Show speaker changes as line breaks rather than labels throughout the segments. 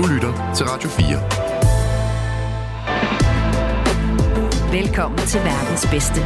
Du lytter til Radio 4.
Velkommen til verdens bedste.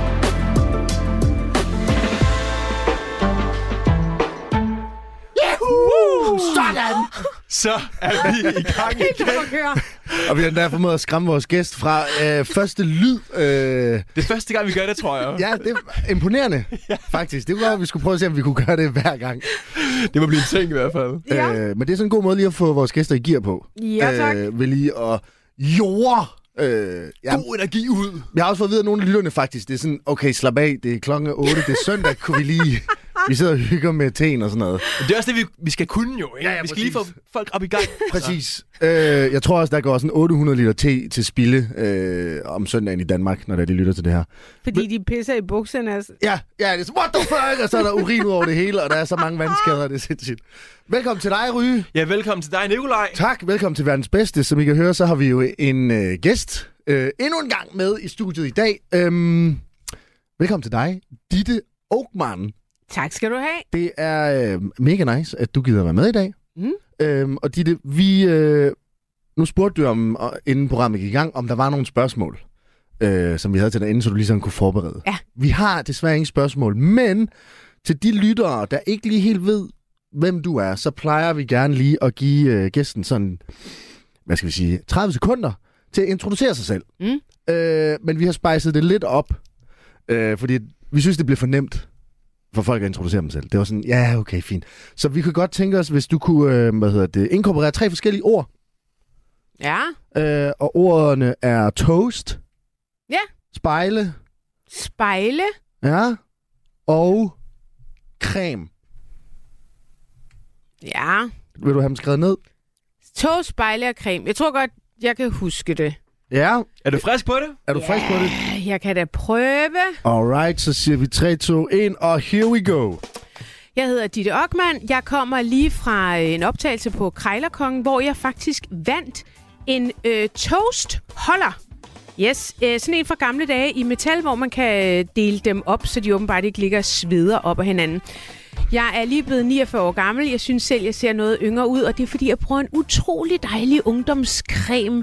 Sådan!
Så er vi i gang igen.
Og vi har derfor formået at skræmme vores gæst fra første lyd.
Det er første gang, vi gør det, tror jeg.
Ja, det er imponerende, faktisk. Det kunne være, at vi skulle prøve at se, om vi kunne gøre det hver gang.
Det må blive en ting i hvert fald.
Ja.
Men det er sådan en god måde lige at få vores gæster i gear på.
Ja, tak.
Ved lige at jorde.
God energi ud.
Jeg har også fået at vide af nogle af lytterne faktisk. Det er sådan, okay, slap af, det er klokken 8, det er søndag, kunne vi lige... Vi sidder og hygger med teen og sådan noget.
Men det er også det, vi skal kunne jo, ikke?
Ja,
vi skal lige få folk op i gang.
Præcis. Jeg tror også, der går sådan 800 liter te til spilde om søndagen i Danmark, når de lytter til det her.
Fordi de pisser i bukserne. Altså.
Ja, det er så, what the fuck? Og så er der urin ud over det hele, og der er så mange vandskader, det er sindssygt. Velkommen til dig, Ryge.
Ja, velkommen til dig, Nikolaj.
Tak, velkommen til verdens bedste. Som I kan høre, så har vi jo en gæst endnu en gang med i studiet i dag. Velkommen til dig, Ditte Okman.
Tak skal du have.
Det er mega nice, at du gider være med i dag. Og Ditte, nu spurgte du om, inden programmet gik i gang, om der var nogle spørgsmål, som vi havde til dig inden, så du ligesom kunne forberede.
Ja.
Vi har desværre ingen spørgsmål, men til de lyttere, der ikke lige helt ved, hvem du er, så plejer vi gerne lige at give gæsten sådan, 30 sekunder til at introducere sig selv. Men vi har spejset det lidt op, fordi vi synes, det bliver for nemt for folk at introducere dem selv. Det var sådan, ja, okay, fint. Så vi kunne godt tænke os, hvis du kunne, inkorporere 3 forskellige ord.
Ja.
Og ordene er toast.
Ja.
Spejle. Ja. Og creme.
Ja.
Vil du have dem skrevet ned?
Toast, spejle og creme. Jeg tror godt, jeg kan huske det.
Ja.
Er du frisk på det?
Er du frisk på det?
Jeg kan da prøve.
Alright, så siger vi 3, 2, 1, og here we go.
Jeg hedder Ditte Okman. Jeg kommer lige fra en optagelse på Krejlerkongen, hvor jeg faktisk vandt en toastholder. Yes, sådan en fra gamle dage i metal, hvor man kan dele dem op, så de åbenbart ikke ligger og sveder op af hinanden. Jeg er lige blevet 49 år gammel. Jeg synes selv, jeg ser noget yngre ud, og det er fordi, jeg bruger en utrolig dejlig ungdomscreme,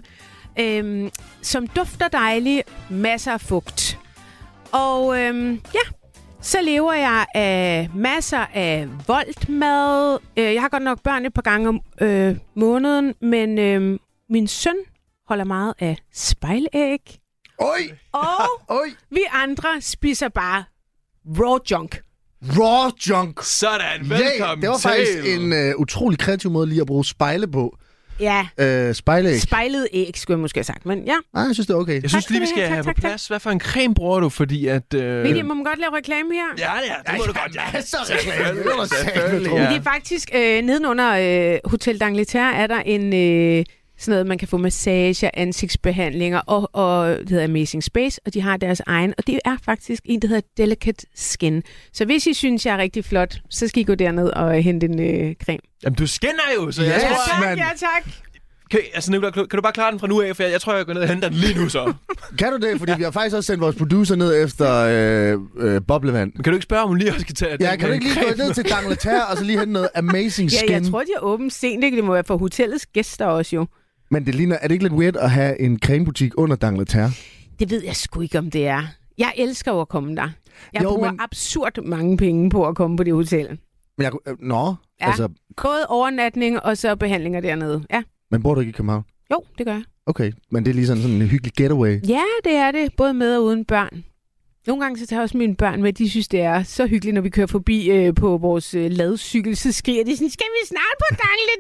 som dufter dejligt, masser af fugt. Og så lever jeg af masser af voltmad. Jeg har godt nok børn et par gange om måneden, men min søn holder meget af spejlæg.
Oj!
Og vi andre spiser bare raw junk.
Raw junk.
Sådan, velkommen
det var
til.
faktisk en utrolig kreativ måde lige at bruge spejle på.
Ja.
Spejlæg.
Spejlet æg, skulle jeg måske have sagt, men ja.
Nej, jeg synes, det er okay.
Jeg synes lige, vi skal have på plads. Hvad for en creme bruger du, fordi at...
Må man godt lave reklame her?
Ja, det må du godt.
Ja, så reklame.
Ja. Det er faktisk nedenunder Hotel d'Angleterre er der en... sådan noget, man kan få massager, ansigtsbehandlinger og det hedder Amazing Space, og de har deres egen, og det er faktisk en, der hedder Delicate Skin. Så hvis I synes, jeg er rigtig flot, så skal I gå derned og hente en creme.
Jamen, du skinner jo, så jeg
tror...
Ja, tak.
Kan du bare klare den fra nu af, for jeg tror, jeg går ned og henter den lige nu så.
Kan du det? Fordi vi har faktisk også sendt vores producer ned efter boblevand.
Men kan du ikke spørge, om hun lige også kan tage den?
Ja, kan du ikke lige gå ned til D'Angleterre og så lige hente noget Amazing Skin?
Ja, jeg tror, de er åbent sent. Det må være for hotellets gæster også jo.
Men det ligner, er det ikke lidt weird at have en cremebutik under D'Angleterre?
Det ved jeg sgu ikke, om det er. Jeg elsker jo at komme der. Jeg bruger absurd mange penge på at komme på det hotel.
Men
ja, både overnatning og så behandlinger dernede. Ja.
Men bor du ikke i København?
Jo, det gør jeg.
Okay, men det er lige sådan en hyggelig getaway.
Ja, det er det. Både med og uden børn. Nogle gange så tager jeg også mine børn med. De synes, det er så hyggeligt, når vi kører forbi på vores ladcykel. Så skriger de sådan, skal vi snart på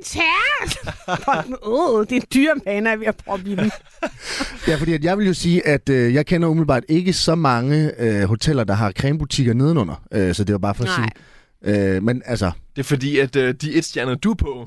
D'Angleterre? Det er dyre maner, vi har prøvet i dem.
Ja, fordi jeg vil jo sige, at jeg kender umiddelbart ikke så mange hoteller, der har cremebutikker nedenunder. Så det var bare for at sige... men altså...
Det er fordi, at de etstjerner du er på,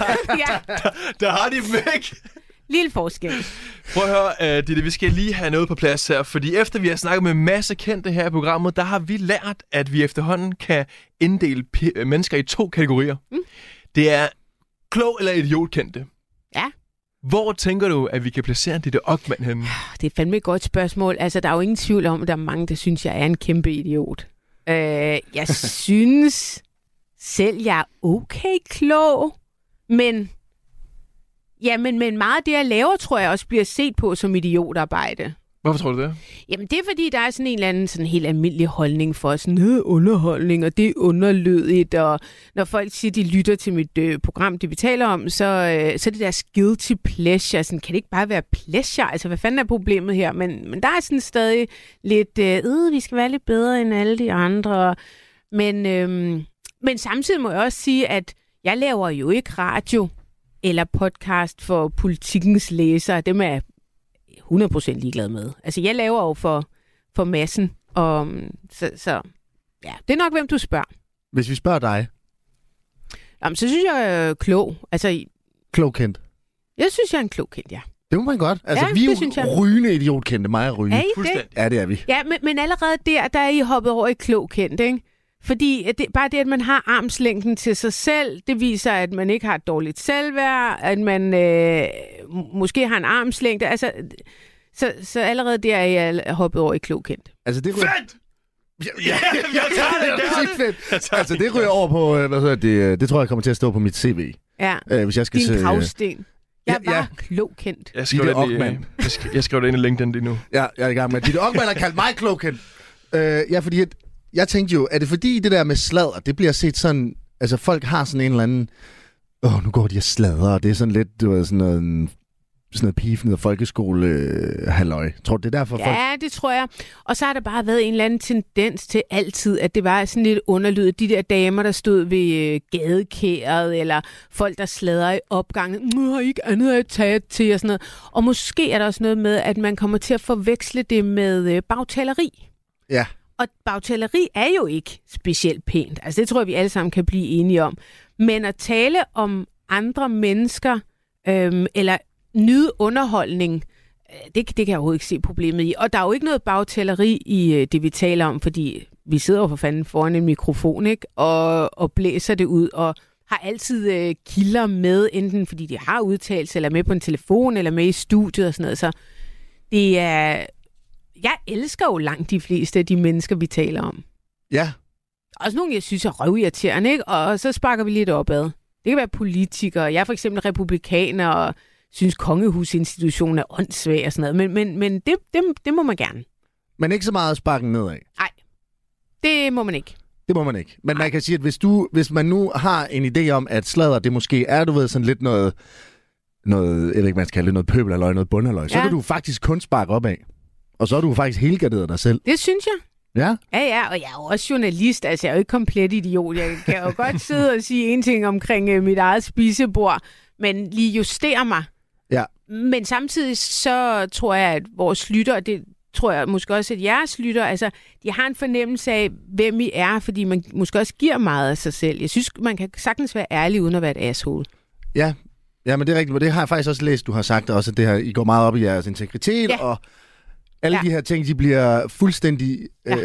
der har de dem væk.
Lille forskel.
Prøv at høre, Ditte, vi skal lige have noget på plads her, fordi efter vi har snakket med masse kendte her i programmet, der har vi lært, at vi efterhånden kan inddele mennesker i 2 kategorier. Det er klog eller idiotkendte.
Ja.
Hvor tænker du, at vi kan placere Ditte Okman henne?
Det er fandme et godt spørgsmål. Altså, der er jo ingen tvivl om, at der er mange, der synes, jeg er en kæmpe idiot. Jeg synes selv, jeg er okay klog, men Ja, men meget af det, jeg laver, tror jeg også bliver set på som idiotarbejde.
Hvorfor tror du det?
Jamen, det er fordi, der er sådan en eller anden sådan helt almindelig holdning for sådan underholdning, og det er underlødigt, og når folk siger, de lytter til mit program, det vi taler om, så er det deres guilty pleasure. Sådan, kan det ikke bare være pleasure? Altså, hvad fanden er problemet her? Men der er sådan stadig lidt, vi skal være lidt bedre end alle de andre. Men samtidig må jeg også sige, at jeg laver jo ikke radio eller podcast for Politikens læsere. Dem er 100% ligeglad med. Altså, jeg laver jo for massen. Og, så ja, det er nok, hvem du spørger.
Hvis vi spørger dig.
Jamen, så synes jeg er klog. Altså,
Klogkendt.
Jeg synes, jeg er en klogkendt, ja.
Det må man godt. Altså,
Ja,
vi er
det
jo rygende idiotkendte, mig og Ryge.
Er I det?
Fuldstændig.
Ja, det er vi.
Ja, men allerede der er I hoppet over i klogkendt, ikke? Fordi bare det, at man har armslængden til sig selv, det viser, at man ikke har et dårligt selvværd, at man måske har en armslængde. Altså, så allerede der er jeg hoppet over i klogkendt.
Altså, det ryger...
Fedt! Ja, jeg tager det der.
Altså, det ryger over på, det tror jeg kommer til at stå på mit CV.
Ja,
Hvis jeg skal
din
se...
gravsten. Jeg
Ja,
var
ja.
klogkendt.
Jeg
Ditte
skriver,
Okman.
jeg skriver det ind i LinkedIn lige nu.
Ja, jeg er i gang med. Ditte Okman har kaldt mig klogkendt. Ja, fordi jeg tænkte jo, er det fordi det der med sladder, det bliver set sådan... Altså, folk har sådan en eller anden... nu går de og sladder, og det er sådan lidt, du ved, sådan noget pifende folkeskole-halløj. Tror du, det er derfor, folk...
Ja, det tror jeg. Og så har der bare været en eller anden tendens til altid, at det var sådan lidt underlydet. De der damer, der stod ved gadekæret, eller folk, der sladrer i opgangen. Har ikke andet at tage til, og sådan noget. Og måske er der også noget med, at man kommer til at forveksle det med bagtaleri.
Ja.
Og bagtaleri er jo ikke specielt pænt. Altså, det tror jeg, vi alle sammen kan blive enige om. Men at tale om andre mennesker, eller nyde underholdning, det kan jeg overhovedet ikke se problemet i. Og der er jo ikke noget bagtaleri i det, vi taler om, fordi vi sidder jo for fanden foran en mikrofon, ikke? Og blæser det ud, og har altid kilder med, enten fordi de har udtalt, eller med på en telefon, eller med i studiet og sådan noget. Så det er... Jeg elsker jo langt de fleste af de mennesker, vi taler om.
Ja.
Også nogle, jeg synes er røvirriterende, ikke? Og så sparker vi lidt opad. Det kan være politikere. Jeg er for eksempel republikaner, og synes kongehusinstitutionen er åndssvag og sådan noget. Men det må man gerne.
Men ikke så meget sparken nedad.
Nej, det må man ikke.
Det må man ikke. Men man kan sige, at hvis man nu har en idé om, at sladder, det måske er, du ved, sådan lidt noget jeg ved ikke, man skal kalde det, noget pøbelhalløj, noget bundhalløj, så kan du faktisk kun sparke opad. Og så er du faktisk helgarderet dig selv.
Det synes jeg.
Ja?
Ja, og jeg er jo også journalist, altså jeg er jo ikke komplet idiot. Jeg kan jo godt sidde og sige en ting omkring mit eget spisebord, men lige justere mig.
Ja.
Men samtidig så tror jeg, at vores lytter, og det tror jeg måske også, at jeres lytter, altså de har en fornemmelse af, hvem I er, fordi man måske også giver meget af sig selv. Jeg synes, man kan sagtens være ærlig, uden at være et asshole.
Ja, men det er rigtigt. Det har jeg faktisk også læst, du har sagt også, at det her, I går meget op i jeres integritet, og alle de her ting, de bliver fuldstændig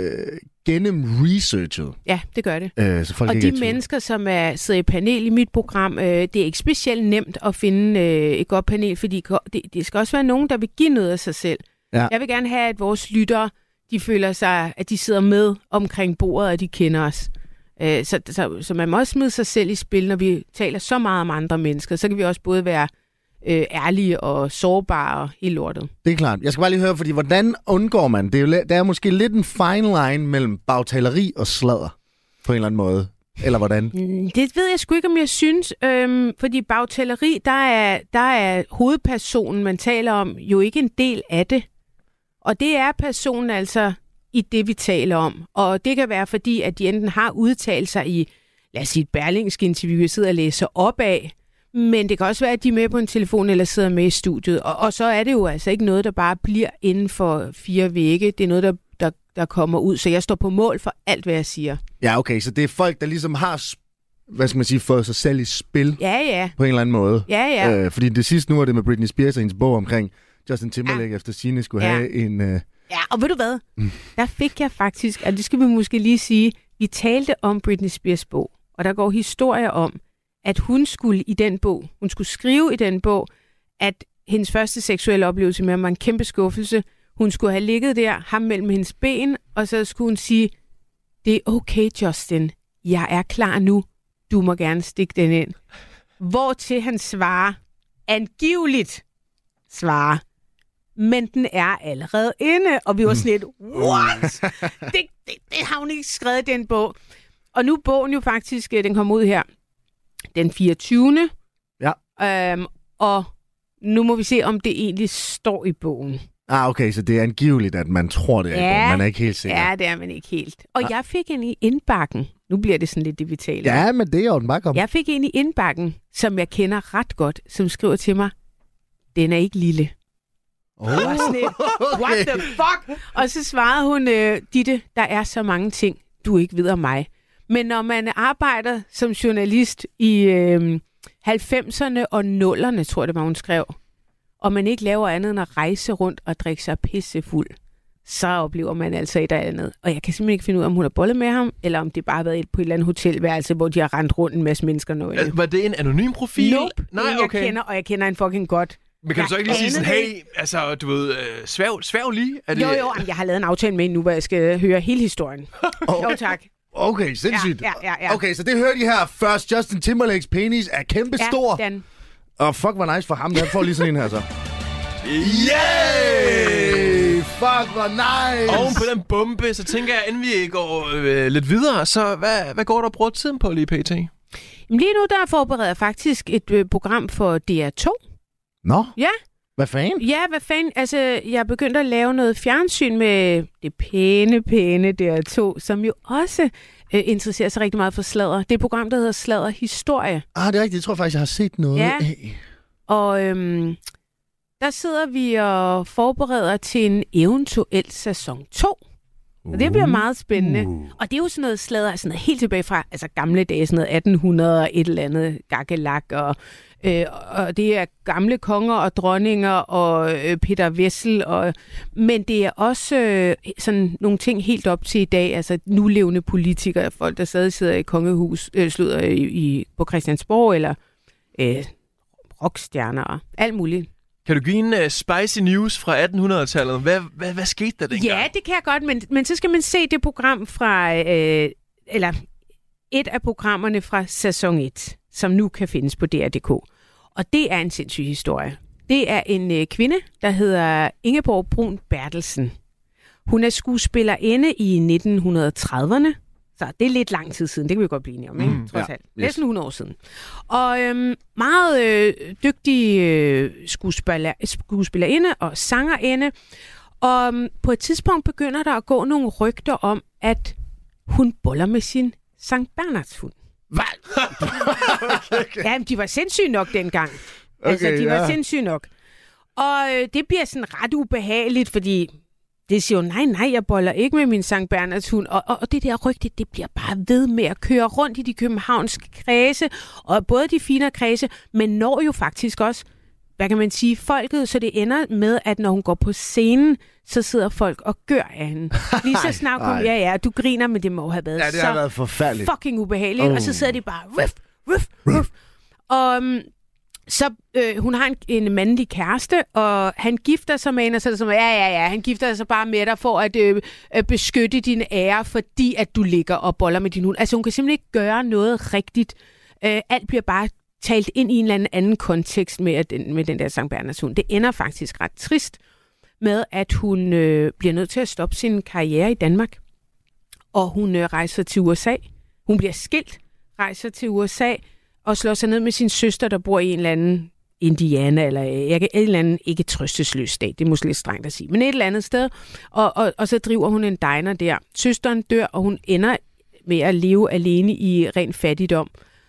gennem-researchet.
Ja, det gør det.
Så folk
og
ikke
de mennesker, som sidder i panel i mit program, det er ikke specielt nemt at finde et godt panel, fordi det skal også være nogen, der vil give noget af sig selv. Ja. Jeg vil gerne have, at vores lyttere, de føler sig, at de sidder med omkring bordet, og de kender os. Så man må også smide sig selv i spil, når vi taler så meget om andre mennesker. Så kan vi også både være ærlige og sårbare i lortet. Det
er klart. Jeg skal bare lige høre, fordi hvordan undgår man? Der er måske lidt en fine line mellem bagtaleri og sladder, på en eller anden måde. Eller hvordan?
Det ved jeg sgu ikke, om jeg synes. Fordi bagtaleri, der er hovedpersonen, man taler om, jo ikke en del af det. Og det er personen altså i det, vi taler om. Og det kan være, fordi at de enten har udtalt sig i, lad os sige, et Berlingske interview, jeg sidder og læser op af, men det kan også være, at de er med på en telefon eller sidder med i studiet. Og så er det jo altså ikke noget, der bare bliver inden for 4 vægge. Det er noget, der kommer ud. Så jeg står på mål for alt, hvad jeg siger.
Ja, okay. Så det er folk, der ligesom har, hvad skal man sige, fået sig selv i spil.
Ja.
På en eller anden måde.
Ja.
Fordi det sidste nu er det med Britney Spears og hendes bog omkring Justin Timberlake efter sigende skulle have en...
Ja, og ved du hvad? Der fik jeg faktisk, og det skal vi måske lige sige, vi talte om Britney Spears bog, og der går historier om, at hun skulle skrive i den bog, at hendes første seksuelle oplevelse med ham var en kæmpe skuffelse. Hun skulle have ligget der, ham mellem hendes ben, og så skulle hun sige, det er okay, Justin, jeg er klar nu, du må gerne stikke den ind. Hvortil han svarer, angiveligt svarer, men den er allerede inde. Og vi var sådan lidt, what? Det har hun ikke skrevet i den bog. Og nu er bogen jo faktisk, den kommer ud her den 24.
Ja.
Og nu må vi se, om det egentlig står i bogen.
Okay, så det er angiveligt, at man tror, det er i bogen. Man er ikke helt sikker.
Ja, det er man ikke helt. Og jeg fik en i indbakken. Nu bliver det sådan lidt det, vi taler.
Ja, men det er jo den bare kommet.
Jeg fik en i indbakken, som jeg kender ret godt, som skriver til mig, den er ikke lille. What the fuck? Og så svarede hun, Ditte, der er så mange ting, du ikke ved om mig. Men når man arbejder som journalist i 90'erne og 0'erne, tror jeg det var, hun skrev, og man ikke laver andet end at rejse rundt og drikke sig pissefuld, så oplever man altså et eller andet. Og jeg kan simpelthen ikke finde ud af, om hun har bollet med ham, eller om det bare har været på et eller andet hotelværelse, hvor de har rendt rundt en masse mennesker.
Var det en anonym profil?
Nope. Nej, okay. Jeg kender, og jeg kender en fucking godt.
Men kan du så ikke lige sige sådan, hey, altså, du ved, sværg lige? Er det...
Jo, jeg har lavet en aftale med hende nu, hvor jeg skal høre hele historien. Jo, tak.
Okay, sindssygt.
Ja.
Okay, så det hører de her først. Justin Timberlakes penis er kæmpe stor.
Ja, den.
Og fuck, hvor nice for ham. Han får lige sådan en her, så. Yay! Fuck, hvor nice!
Oven på den bombe, så tænker jeg, inden vi går lidt videre, så hvad går der og bruger tiden på lige pt?
Lige nu, der forbereder jeg faktisk et program for DR2.
Nå?
Ja.
Hvad fanden?
Ja, hvad fanden? Altså, jeg begyndte at lave noget fjernsyn med det pæne DR2, som jo også interesserer sig rigtig meget for sladder. Det er et program, der hedder Sladder Historie.
Det er rigtigt. Jeg tror faktisk, jeg har set noget af.
Og der sidder vi og forbereder til en eventuel sæson 2. Og det bliver meget spændende. Og det er jo sådan noget sladder, sådan noget helt tilbage fra altså gamle dage, sådan noget 1800 og et eller andet gakkelak, og det er gamle konger og dronninger og Peter Wessel, men det er også sådan nogle ting helt op til i dag, altså nulevende politikere, folk der stadig sidder i kongehus, på Christiansborg, eller rockstjerner og alt muligt.
Kan du give en spicy news fra 1800-tallet? Hvad skete der dengang?
Ja, det kan jeg godt, men så skal man se det program fra, eller et af programmerne fra sæson 1, som nu kan findes på DR.dk. Og det er en sindssyg historie. Det er en kvinde, der hedder Ingeborg Brun Bertelsen. Hun er skuespillerinde i 1930'erne. Så det er lidt lang tid siden, det kan vi godt blive enige om, ikke? Trods alt. Næsten 100 år siden. Og meget dygtig skuespillerinde og sangerinde. Og på et tidspunkt begynder der at gå nogle rygter om, at hun boller med sin Sankt Bernhards hund.
Hvad?
Okay. Ja, de var sindssyge nok dengang. Altså, de var sindssyge nok. Og det bliver sådan ret ubehageligt, fordi det siger jo, nej, jeg boller ikke med min Sankt Bernhards hund. Og det der rygte, det bliver bare ved med at køre rundt i de københavnske kredse, og både de finere kredse, men når jo faktisk også, hvad kan man sige, folket, så det ender med, at når hun går på scenen, så sidder folk og gør af hende. Lige så snart hun, ja, du griner, men det må have været
det har været forfærdeligt.
Fucking ubehageligt, og så sidder de bare, ruff. Og så hun har en mandlig kæreste, og han gifter sig med hende, og så er det som, han gifter sig bare med dig for at beskytte din ære, fordi at du ligger og boller med din hund. Altså hun kan simpelthen ikke gøre noget rigtigt. Alt bliver bare talt ind i en eller anden kontekst med den der Sankt Bernhards hund. Det ender faktisk ret trist med, at hun bliver nødt til at stoppe sin karriere i Danmark, og hun rejser til USA. Hun bliver skilt, rejser til USA, og slår sig ned med sin søster, der bor i en eller anden Indiana, eller en eller anden ikke trøstesløs stat, det er måske lidt strengt at sige, men et eller andet sted, og så driver hun en diner der. Søsteren dør, og hun ender med at leve alene i ren fattigdom.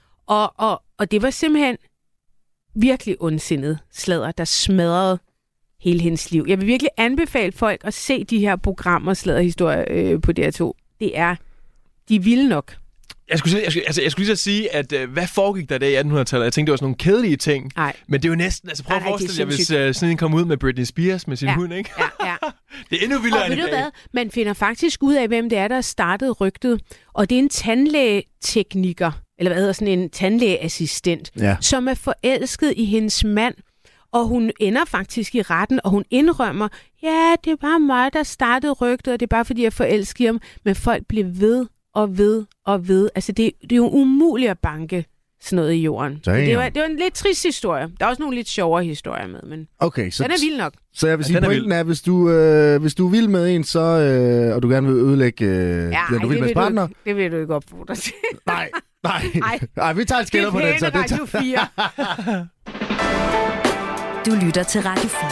Og det var simpelthen virkelig ondsindet sladder, der smadrede hele hendes liv. Jeg vil virkelig anbefale folk at se de her programmer, sladderhistorie på DR2. De er vilde nok.
Jeg skulle lige så sige, at hvad foregik der i 1800-tallet? Jeg tænkte, det var sådan nogle kedelige ting. Nej. Men det er jo næsten... Altså prøv at forestille jer, hvis sådan en kom ud med Britney Spears med sin hund, ikke?
Ja.
Det er endnu vildere end i dag. Og ved du hvad?
Man finder faktisk ud af, hvem det er, der startede rygtet. Og det er en tandlægetekniker, eller hvad hedder sådan en tandlægeassistent, som er forelsket i hendes mand. Og hun ender faktisk i retten, og hun indrømmer, ja, det er bare mig, der startede rygtet, og det er bare, fordi jeg forelsker ham. Men folk bliver ved og ved. Altså, det er jo umuligt at banke sådan noget i jorden. Det var en lidt trist historie. Der er også nogle lidt sjovere historier med, men
okay, så
den er vild nok.
Så jeg vil sige, pointen er, hvis du vil med en, så, og du gerne vil ødelægge du vil med partner.
Det vil du ikke opfordre til.
Nej, vi tager et skiller på den.
Det er Radio 4.
Du lytter til Radio 4.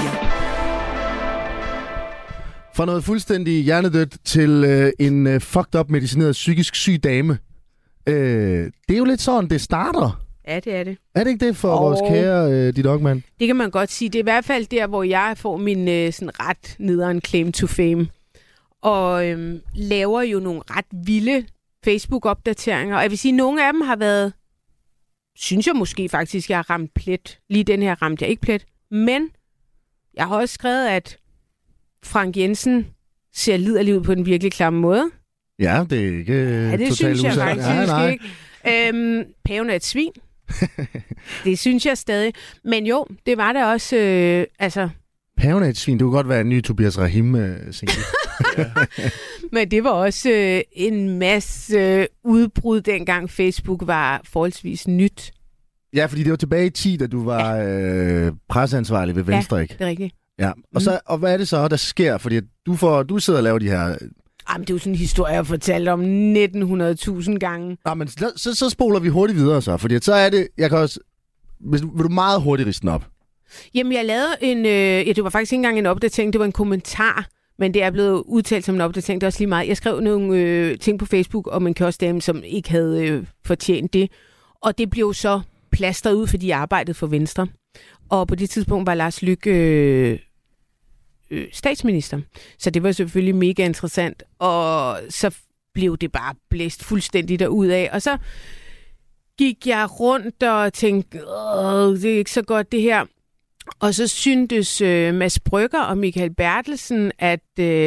Fra noget fuldstændig hjernedødt til en fucked up medicineret psykisk syg dame. Det er jo lidt sådan, det starter.
Ja, det er det.
Er det ikke det for vores kære Dit Dogman?
Det kan man godt sige. Det er i hvert fald der, hvor jeg får min sådan ret nederen claim to fame. Og laver jo nogle ret vilde Facebook-opdateringer. Og jeg vil sige, at nogle af dem har været, synes jeg måske faktisk, jeg har ramt plet. Lige den her ramte jeg ikke plet. Men jeg har også skrevet, at Frank Jensen ser liderlig ud på den virkelig klamme måde.
Ja, det er ikke
det synes jeg faktisk ikke. Paven er et svin. Det synes jeg stadig. Men jo, det var det også.
Paven er et svin. Det kunne godt være en ny Tobias Rahim-single.
Men det var også en masse udbrud, dengang Facebook var forholdsvis nyt.
Ja, fordi det var tilbage i 10, da du var presseansvarlig ved Venstre, ikke?
Det er rigtigt.
Ja, og hvad er det så, der sker? Fordi du sidder og laver de her...
Jamen, det er jo sådan en historie, jeg har fortalt om 1900.000 gange.
Ja, men så spoler vi hurtigt videre så, fordi så er det... Jeg kan også... Vil du meget hurtigt riste den op?
Jamen, jeg lavede en... det var faktisk ikke engang en opdatering, det var en kommentar, men det er blevet udtalt som en opdatering, det er også lige meget. Jeg skrev nogle ting på Facebook om en kioskdame, som ikke havde fortjent det, og det blev så plastret ud, fordi jeg arbejdede for Venstre. Og på det tidspunkt var Lars Løkke statsminister. Så det var selvfølgelig mega interessant. Og så blev det bare blæst fuldstændig derudad. Og så gik jeg rundt og tænkte, det er ikke så godt det her. Og så syntes Mads Brügger og Michael Bertelsen, at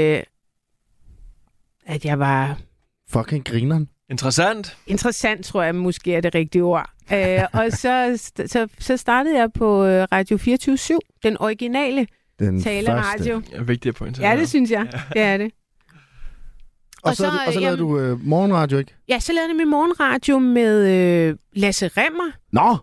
jeg var...
Fucking grineren.
Interessant.
Interessant, tror jeg måske er det rigtige ord. Og så startede jeg på Radio 24/7, den originale taleradio.
Ja, vigtigt at pointere.
Ja, det synes jeg. Ja. Det er det.
Og så lavede du morgenradio, ikke?
Ja, så lavede jeg min morgenradio med Lasse Remmer.
Nå!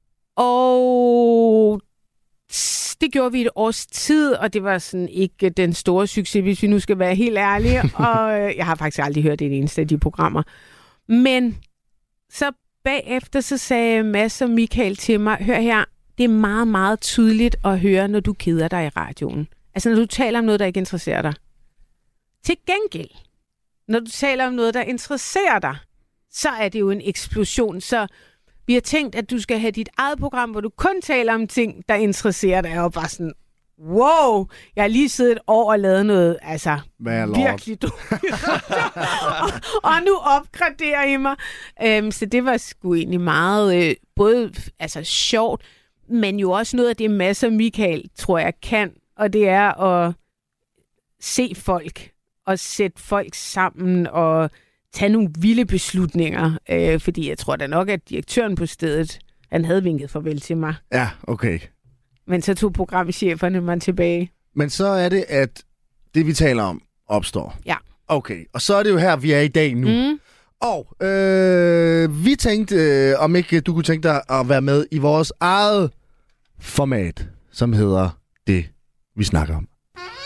Og det gjorde vi et års tid, og det var sådan ikke den store succes, hvis vi nu skal være helt ærlige. Og jeg har faktisk aldrig hørt det eneste af de programmer. Men så bagefter så sagde Mads og Michael til mig, hør her, det er meget, meget tydeligt at høre, når du keder dig i radioen. Altså når du taler om noget, der ikke interesserer dig. Til gengæld, når du taler om noget, der interesserer dig, så er det jo en eksplosion. Så vi har tænkt, at du skal have dit eget program, hvor du kun taler om ting, der interesserer dig. Og bare sådan, wow, jeg har lige siddet et år og lavet noget, altså virkelig dårligt. og nu opgraderer I mig. Så det var sgu egentlig meget, både sjovt, men jo også noget af det, Mads og Michael, tror jeg, kan. Og det er at se folk, og sætte folk sammen, og tage nogle vilde beslutninger. Fordi jeg tror da nok, at direktøren på stedet, han havde vinket farvel til mig.
Ja, okay.
Men så tog programcheferne mig tilbage.
Men så er det, at det, vi taler om, opstår.
Ja.
Okay, og så er det jo her, vi er i dag nu. Mm. Og vi tænkte, om ikke du kunne tænke dig at være med i vores eget format, som hedder Det, vi snakker om.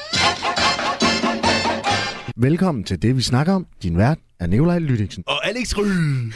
Velkommen til Det, vi snakker om. Din vært er Nikolaj Lydiksen.
Og Alex Ry.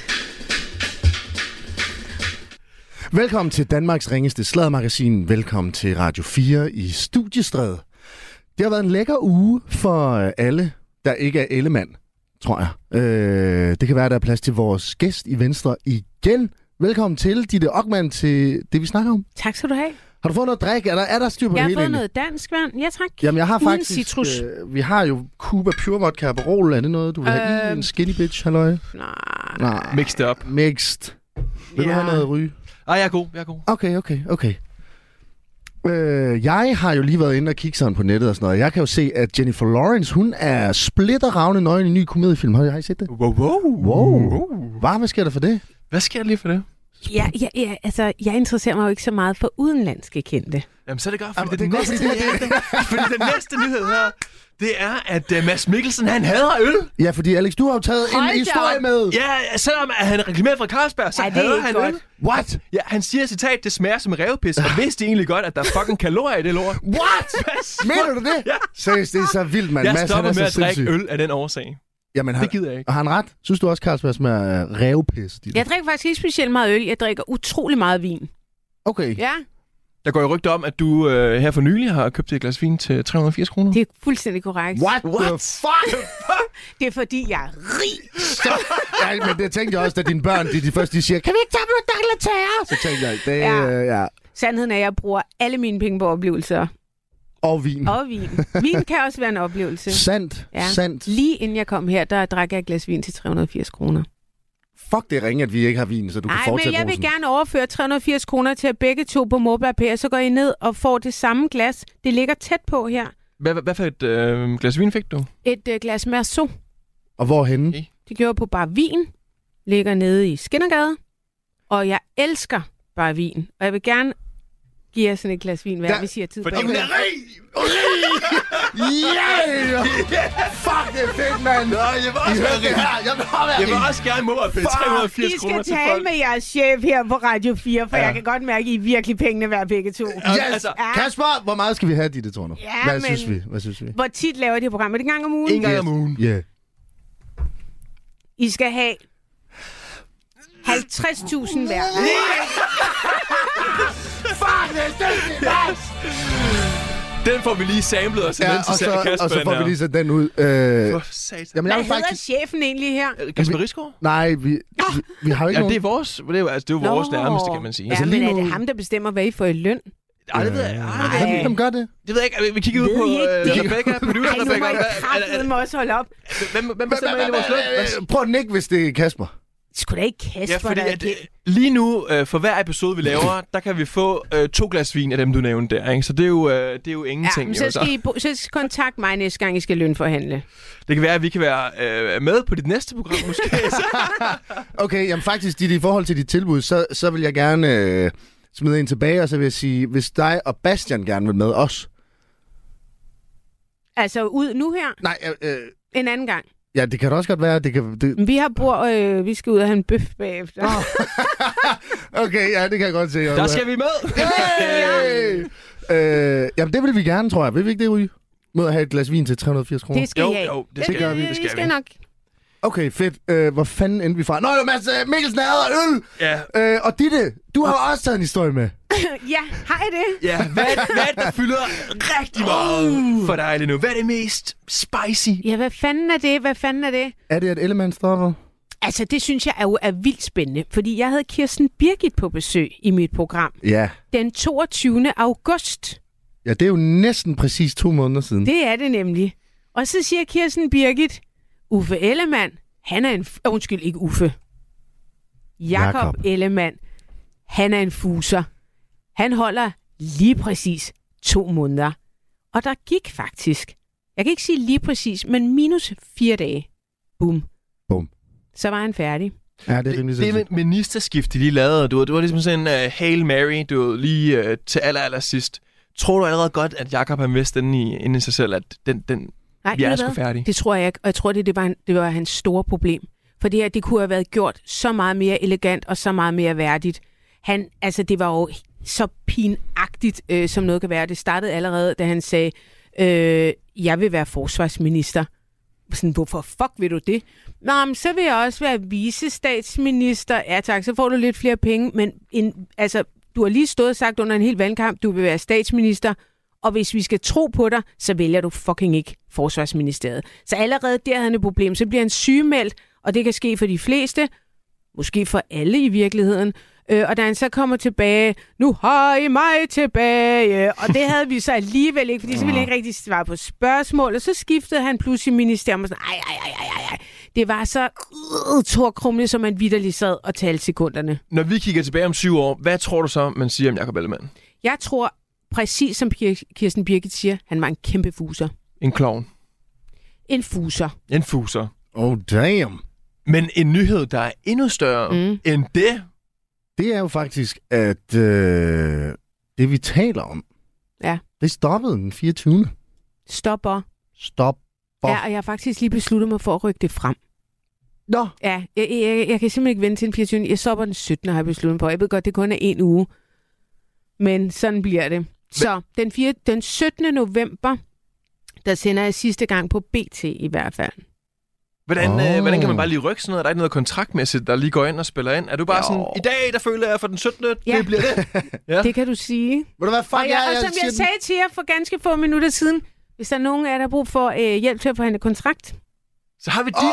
Velkommen til Danmarks ringeste sladdermagasin. Velkommen til Radio 4 i Studiestræde. Det har været en lækker uge for alle, der ikke er Ellemann, tror jeg. Det kan være, der er plads til vores gæst i Venstre igen. Velkommen til, Ditte Okman, til Det, vi snakker om.
Tak skal du have.
Har du fået noget drik? Er der styr på det hele?
Jeg har fået noget dansk vand. Ja, tak.
Jamen, jeg har
uden
faktisk...
citrus.
Vi har jo Cuba Pure Vodka Aperol. Er det noget, du vil have i? En skinny bitch, halløj?
Nej.
Mix det op.
Mixed. Vil du have noget ryge?
Jeg er god.
Okay. Jeg har jo lige været inde og kigge sådan på nettet og sådan noget. Jeg kan jo se, at Jennifer Lawrence, hun er splitterravne nøgen i en ny komediefilm. Har I set det?
Wow.
Hvad sker der for det?
Hvad sker der lige for det?
Ja, altså, jeg interesserer mig jo ikke så meget for udenlandske kendte.
Jamen, så er det godt, fordi fordi den næste nyhed her, det er, at Mads Mikkelsen, han hader øl.
Ja, fordi Alex, du har jo taget en historie med.
Ja, selvom han reklamerer fra Carlsberg, så hader han
godt.
øl.
What?
Ja, han siger, citat, det smager som rævepis, og vidste egentlig godt, at der er fucking kalorier i det lort.
What? Mener du det?
Ja.
Seriøst, det er så vildt, mand.
Jeg
Mads,
stopper
han er
med at
så
drikke
sindssyg.
øl af den årsag.
Jamen,
Det gider jeg ikke.
Og har han ret? Synes du også, Carlsberg smager rævepis?
Jeg drikker faktisk ikke specielt meget øl. Jeg drikker utrolig meget vin.
Okay.
Ja,
Der går jo rygter om, at du her for nylig har købt et glas vin til 380 kroner.
det er fuldstændig korrekt.
What the fuck?
Det er fordi, jeg er rig.
Ja, men det tænkte jeg også, da dine børn, de først siger, kan vi ikke tage noget dagligtære? Så tænkte jeg, det er... Ja.
Sandheden er, at jeg bruger alle mine penge på oplevelser.
Og vin.
Og vin. Vin kan også være en oplevelse.
Sandt.
Ja.
Sandt.
Lige inden jeg kom her, der drak jeg et glas vin til 380 kroner.
Fuck, det er ringe, at vi ikke har vin, så du kan
Nej,
fortsætte,
men jeg vil
Rosen.
gerne overføre 380 kroner til begge to på MobilePay, så går I ned og får det samme glas. Det ligger tæt på her.
Hvad for et glas vin fik du?
Et glas Merceau.
Og hvorhenne?
Okay.
Det gjorde på Bar Vin. Ligger nede i Skinnergade. Og jeg elsker Bar Vin. Og jeg vil gerne give jer sådan et glas vin hver, hvis I har tid
Fordi
på
hun
det.
er rig!
Yeah! Fuck, det er fedt, mand!
Nå, jeg vil også være rig. Jeg vil også gerne MobilePay 380
I
kroner
skal
til
tale
folk.
med jeres chef her på Radio 4, for jeg kan godt mærke, at I er virkelig pengene værd begge to.
Yes!
Altså,
Kasper, hvor meget skal vi have, Ditte Torner?
Ja,
Hvad
men-
synes vi? Hvad synes vi?
Hvor tit laver de her program? Er det en gang om ugen?
En gang om ugen.
Ja. Yeah.
I skal have 50.000 hver.
Fuck, det er sindssygt, Mads!
Den får vi lige samlet og sendt
Ja,
ind til
og
Kasper.
så får vi lige sat den ud.
For satan.
Jamen, jeg
Hvad
vil
hedder
faktisk...
chefen egentlig her?
Kasper Risgaard?
Nej, vi har jo ikke
Ja, det
nogen...
er vores, det er jo, altså, det er jo vores nærmeste, kan man sige.
Ja,
Altså,
men
lige
er det
nu-
ham, der bestemmer, hvad I får i løn?
Ej, det ved jeg.
Nej.
Hvem gør det?
Det ved jeg ikke. Vi kigger ud
Ved
på
I ikke det?
Rebecca, producer
Ej, nu må
Rebecca.
I kraftedeme også holde op.
Hvem bestemmer egentlig vores løn?
Prøv at nikke, hvis det er Kasper.
Sgu da ikke Kasper,
Ja, fordi
der er
at,
det.
lige nu, for hver episode, vi laver, der kan vi få 2 glas vin af dem, du nævnte der. Ikke? Så det er jo
Ja,
ingenting.
men
jo,
så skal I kontakte mig næste gang, I skal lønforhandle.
Det kan være, at vi kan være med på dit næste program, måske.
Okay, jamen faktisk, i forhold til dit tilbud, så vil jeg gerne smide en tilbage, og så vil jeg sige, hvis dig og Bastian gerne vil med os.
Altså ud nu her,
Nej,
en anden gang.
ja, det kan da også godt være, det...
Vi har vi skal ud og have en bøf bagefter.
Okay, ja, det kan jeg godt se.
Der skal vi med.
Hey! Jamen, det vil vi gerne, tror jeg. Vil vi ikke det, Ryge? Mod at have et glas vin til 380 kroner.
Det skal I have.
Jo, det skal
gør vi.
Det skal
skal
vi.
nok.
Okay, fedt. Hvor fanden endte vi fra? Nå jo, Mads Mikkelsen hader øl!
Ja,
Og Ditte, du har også taget en historie med.
Ja, har I det?
ja. Hvad er det, der fylder rigtig meget for dig lige nu? Hvad er det mest spicy?
Ja, hvad fanden er det?
Er det et elementstoffer?
Altså, det synes jeg er vildt spændende, fordi jeg havde Kirsten Birgit på besøg i mit program
Ja.
den 22. august.
Ja, det er jo næsten præcis 2 måneder siden.
Det er det nemlig. Og så siger Kirsten Birgit, Uffe Ellemann, han er en... Undskyld, ikke Uffe. Jakob Ellemann, han er en fuser. Han holder lige præcis 2 måneder. Og der gik faktisk, jeg kan ikke sige lige præcis, men minus 4 dage. Boom.
Bum.
Så var han færdig.
Ja, det er rimelig
Det
sindssygt.
med ministerskift, de lige lavede, det var ligesom sådan en Hail Mary, du ved, lige til aller sidst. Tror du allerede godt, at Jakob har vidst inden i sig selv, at den
Nej,
vi er
ved du
sgu
hvad?
færdige?
Det tror jeg ikke, og jeg tror, det var hans store problem. For det her, det kunne have været gjort så meget mere elegant og så meget mere værdigt. Det var jo så pinagtigt, som noget kan være. Det startede allerede, da han sagde, jeg vil være forsvarsminister. Sådan, hvorfor fuck vil du det? Nå, men så vil jeg også være vicestatsminister. Ja tak, så får du lidt flere penge. Men du har lige stået og sagt under en hel valgkamp, du vil være statsminister. Og hvis vi skal tro på dig, så vælger du fucking ikke forsvarsministeriet. Så allerede der havde han et problem. Så bliver han sygemeldt, og det kan ske for de fleste. Måske for alle i virkeligheden. Og da han så kommer tilbage, nu har I mig tilbage. Og det havde vi så alligevel ikke, fordi så ville jeg ikke rigtig svare på spørgsmål. Og så skiftede han pludselig ministerium og sådan, ej. Det var så torkrumligt, som man vitterligt sad og talte sekunderne.
Når vi kigger tilbage om 7 år, hvad tror du så, man siger om Jakob Ellemann?
Jeg tror, præcis som Kirsten Birgit siger, han var en kæmpe fuser.
En klovn.
En fuser.
En fuser.
Oh, damn.
Men en nyhed, der er endnu større end det,
det er jo faktisk, at det vi taler om, det stoppede den 24.
Stopper.
Ja,
og jeg har faktisk lige besluttet mig for at rykke det frem.
Nå.
Ja, jeg kan simpelthen ikke vente til den 24. Jeg stopper den 17. har jeg besluttet mig på. Jeg ved godt, det kun er 1 uge. Men sådan bliver det. Så den 17. november, der sender jeg sidste gang på BT i hvert fald.
Hvordan kan man bare lige rykke sådan noget? Er der ikke noget kontraktmæssigt, der lige går ind og spiller ind? Er du bare sådan, i dag, der føler jeg for den 17. Det bliver det? Ja.
Det kan du sige.
Ved du hvad, fuck,
og som jeg sagde til jer for ganske få minutter siden, hvis der er nogen af jer, der har brug for hjælp til at forhandle kontrakt,
så har vi de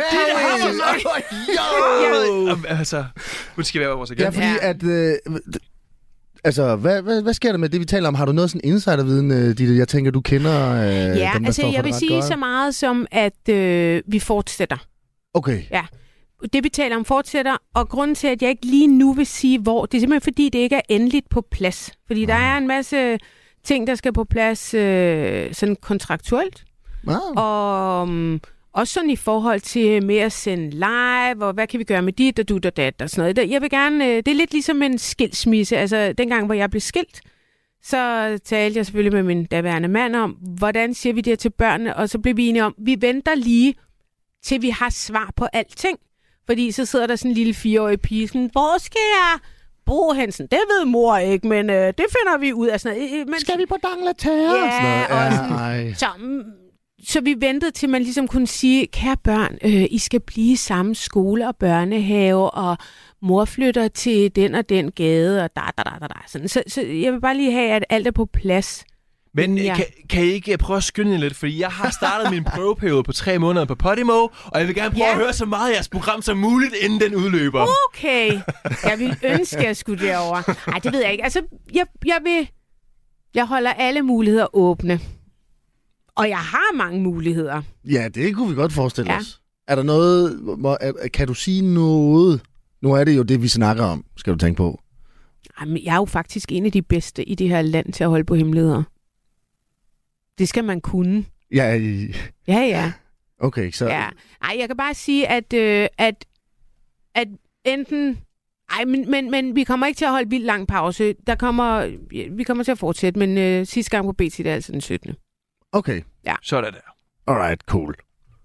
der. Altså, hun skal være vores agent.
Ja, fordi at... hvad sker der med det, vi taler om? Har du noget sådan insiderviden, Ditte? Jeg tænker, du kender dem, der står for
jeg vil sige så meget som, at vi fortsætter.
Okay.
Ja. Det, vi taler om, fortsætter. Og grunden til, at jeg ikke lige nu vil sige, hvor, det er simpelthen, fordi det ikke er endeligt på plads. Fordi der er en masse ting, der skal på plads sådan kontraktuelt. Og også sådan i forhold til med at sende live, og hvad kan vi gøre med dit og dut og dat og sådan noget. Jeg vil gerne, det er lidt ligesom en skilsmisse. Altså, dengang, hvor jeg blev skilt, så talte jeg selvfølgelig med min daværende mand om, hvordan siger vi det til børnene, og så blev vi enige om, vi venter lige, til vi har svar på alting. Fordi så sidder der sådan en lille 4-årig pige, sådan, hvor skal jeg bo hen? Det ved mor ikke, men det finder vi ud af. Sådan noget. Men
skal vi på Dangleterre?
Ja, så vi ventede til, man ligesom kunne sige, kære børn, I skal blive i samme skole og børnehave, og mor flytter til den og den gade, og sådan. Så jeg vil bare lige have, at alt er på plads.
Men kan I ikke prøve at skynde lidt? Fordi jeg har startet min prøveperiode på 3 måneder på Podimo, og jeg vil gerne prøve at høre så meget af jeres program som muligt, inden den udløber.
Okay. Jeg vil ønske, at jeg skulle derover. Nej, det ved jeg ikke. Altså, jeg holder alle muligheder åbne. Og jeg har mange muligheder.
Ja, det kunne vi godt forestille os. Er der noget... Kan du sige noget? Nu er det jo det, vi snakker om, skal du tænke på.
Jamen, jeg er jo faktisk en af de bedste i det her land til at holde på hemmeligheder. Det skal man kunne. Ja.
Okay, så...
Ja. Ej, jeg kan bare sige, at enten... Ej, men vi kommer ikke til at holde vildt lang pause. Vi kommer til at fortsætte, men sidste gang på BT, det er altså den 17.
Okay.
Ja.
Så er det der.
Alright, cool.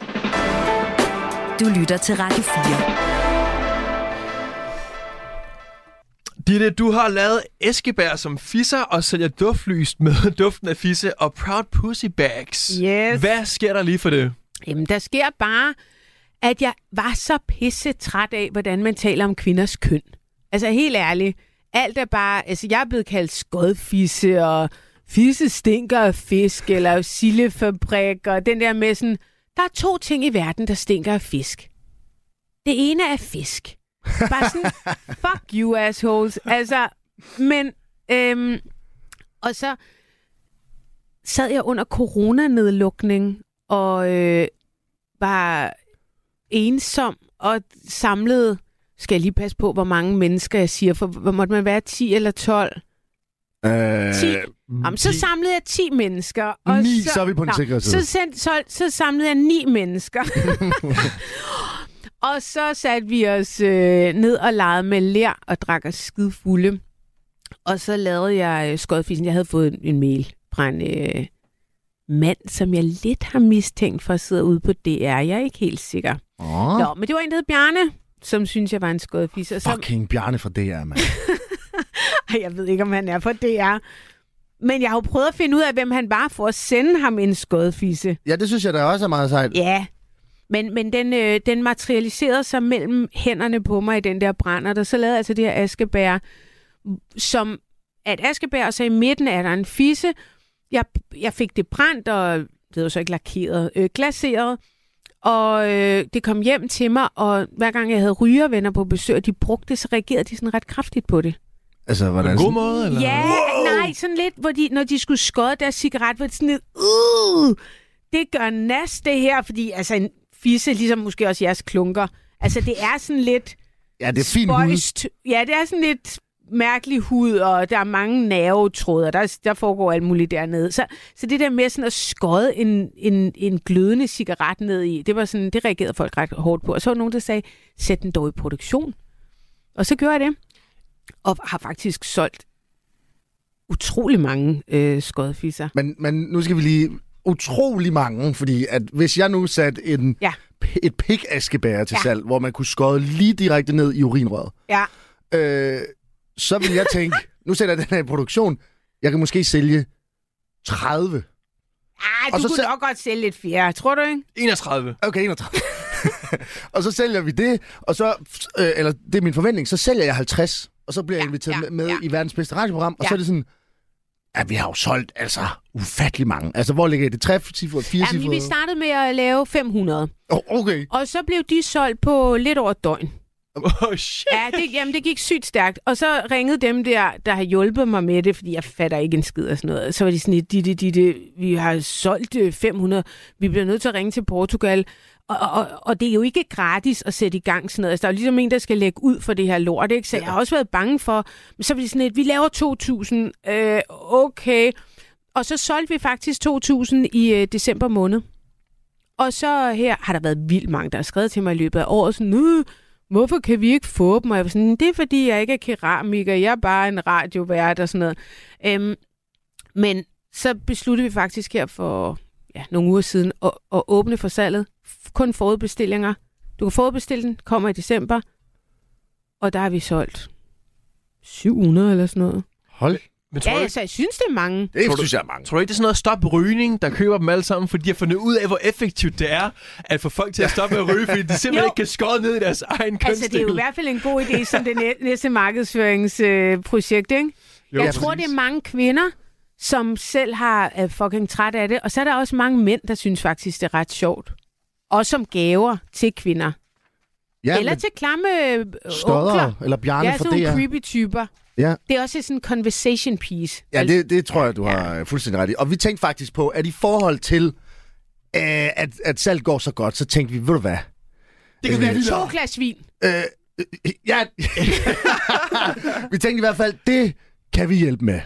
Du lytter til Radio 4.
Ditte, du har lavet Eskeberg som fisser og sælger duftlys med duften af fisse og Proud Pussy Bags.
Yes.
Hvad sker der lige for det?
Jamen, der sker bare, at jeg var så pisse træt af, hvordan man taler om kvinders køn. Altså, helt ærligt. Alt er bare... Altså, jeg er blevet kaldt skodfisse, og fisse stinker af fisk, eller sildefabrik, og den der med sådan... Der er 2 ting i verden, der stinker af fisk. Det ene er fisk. Bare sådan, fuck you assholes. Altså, men... og så sad jeg under coronanedlukning, og var ensom, og samlede... Skal jeg lige passe på, hvor mange mennesker jeg siger, for måtte man være 10 eller 12? 10. Jamen, så samlede jeg 10 mennesker. Og
9, så er vi på den sikre side.
Så samlede jeg 9 mennesker. Og så satte vi os ned og legede med ler og drak os skide fulde. Og så lavede jeg skodfissen. Jeg havde fået en mail fra en mand, som jeg lidt har mistænkt for at sidde ude på DR. Jeg er ikke helt sikker. Nå, men det var en, der hed Bjarne, som synes jeg var en skodfisse.
Fucking Bjarne fra DR, mand.
Jeg ved ikke, om han er fra DR. Men jeg har jo prøvet at finde ud af, hvem han var, for at sende ham en skodfisse.
Ja, det synes jeg da også er meget sejt.
Ja, men den materialiserede sig mellem hænderne på mig i den der brand, og der så lavede altså det her askebær, som at askebær, og så i midten er der en fisse. Jeg fik det brændt, og det var så ikke lakeret, glaseret. Og det kom hjem til mig, og hver gang jeg havde rygervenner på besøg, de brugte det, så reagerede de sådan ret kraftigt på det.
Altså, hvordan?
På en god måde, eller?
Ja, nej, sådan lidt, hvor når de skulle skåde deres cigaret, var det sådan lidt, det gør nas det her, fordi altså en fisse, ligesom måske også jeres klunker, altså det er sådan lidt...
Ja, det er fint hud.
Ja, det er sådan lidt mærkelig hud, og der er mange nervetråder, der foregår alt muligt dernede. Så det der med sådan at skåde en glødende cigaret ned i, det var sådan, det reagerede folk ret hårdt på. Og så var nogen, der sagde, sæt den dog i produktion. Og så gjorde jeg det. Og har faktisk solgt utrolig mange skodfisser.
Men nu skal vi lige... Utrolig mange, fordi at hvis jeg nu satte et pik-askebæger til salg, hvor man kunne skåde lige direkte ned i urinrøret, så vil jeg tænke, nu sætter jeg den her i produktion, jeg kan måske sælge 30.
Du kunne nok godt sælge et fjerde, tror du ikke?
31.
Okay, 31. Og så sælger vi det, og så, eller det er min forventning, så sælger jeg 50, og så bliver jeg inviteret med i verdens bedste radioprogram, og så er det sådan, vi har jo solgt ufattelig mange. Altså, hvor ligger det? 3-cifrede, 4-cifrede?
Vi startede med at lave 500.
Okay.
Og så blev de solgt på lidt over et døgn.
Shit.
Ja, det gik sygt stærkt. Og så ringede dem der har hjulpet mig med det, fordi jeg fatter ikke en skid og sådan noget. Så var de sådan lidt, vi har solgt 500. Vi bliver nødt til at ringe til Portugal. Og det er jo ikke gratis at sætte i gang sådan noget. Altså, der er jo ligesom en, der skal lægge ud for det her lort, ikke? Så jeg har også været bange for, men så var det sådan lidt, vi laver 2.000. Okay. Og så solgte vi faktisk 2.000 i december måned. Og så her har der været vildt mange, der har skrevet til mig i løbet af året, sådan, hvorfor kan vi ikke få dem? Og jeg var sådan, det er fordi, jeg ikke er keramiker, jeg er bare en radiovært og sådan noget. Men så besluttede vi faktisk her for nogle uger siden at åbne for salget. Kun forudbestillinger. Du kan forudbestille den, kommer i december. Og der har vi solgt 700 eller sådan noget.
Hold.
Men
så jeg synes, det er mange.
Det synes jeg er mange.
Tror du ikke, det er sådan noget stop rygning, der køber dem alle sammen, fordi de har fundet ud af, hvor effektivt det er at få folk til at stoppe med at ryge, fordi de simpelthen ikke kan skåre ned i deres egen kønsdel.
Altså, det er jo i hvert fald en god idé som det næste markedsføringsprojekt, ikke?
Jo,
jeg tror, det er mange kvinder, som selv har fucking træt af det. Og så er der også mange mænd, der synes faktisk, det er ret sjovt. Også som gaver til kvinder.
Ja,
eller til klamme
Stodder, eller Bjarne for det.
Ja, sådan creepy typer.
Ja.
Det er også sådan en conversation piece.
Ja, det tror jeg, du har fuldstændig ret i. Og vi tænkte faktisk på, at i forhold til, at salg går så godt, så tænkte vi, ved du hvad?
Det kan blive
2 glas vin.
Ja. Vi tænkte i hvert fald, det kan vi hjælpe med.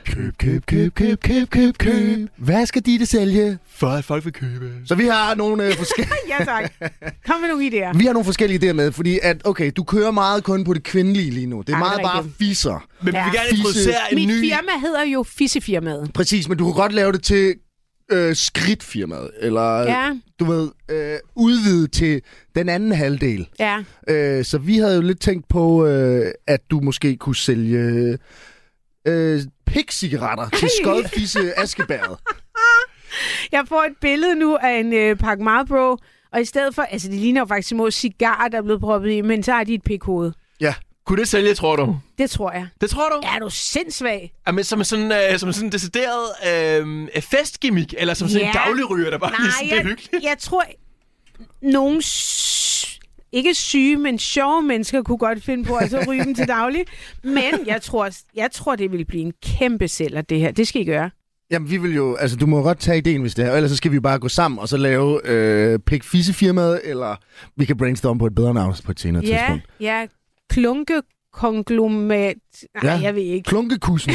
Køb. Hvad skal de sælge?
For at folk vil købe.
Så vi har nogle forskellige...
Ja, tak. Kom med nogle idéer.
Vi har nogle forskellige idéer med, fordi at, okay, du kører meget kun på det kvindelige lige nu. Det er meget
det er
bare fisser.
Men vi vil gerne introducere en ny...
Mit firma hedder jo Fissefirmaet.
Præcis, men du kan godt lave det til skridtfirmaet, eller du ved, udvide til den anden halvdel.
Ja.
Så vi havde jo lidt tænkt på, at du måske kunne sælge pik-cigaretter til skodfisse askebæret.
Jeg får et billede nu af en pakke Marlboro, og i stedet for, altså det ligner jo faktisk små cigarer, der er blevet proppet i, men så har de et pikhoved.
Ja.
Kunne det sælge, tror du?
Det tror jeg.
Det tror du?
Ja, er du sindsvag?
Jamen, som sådan en decideret festgimmick, eller som sådan en dagligryger, der bare lige sådan, det er hyggeligt.
Jeg tror, nogle ikke syge, men sjove mennesker kunne godt finde på at ryge dem til daglig. Men jeg tror, det vil blive en kæmpe sælger, det her. Det skal I gøre.
Jamen, vi vil jo... Altså, du må godt tage ideen, hvis det er. Ellers så skal vi bare gå sammen og så lave Pik-Fisse-firmaet, eller vi kan brainstorme på et bedre navn på et senere tidspunkt.
Ja, klunkekonglomat... Nej, jeg ved ikke.
Klunkekussen.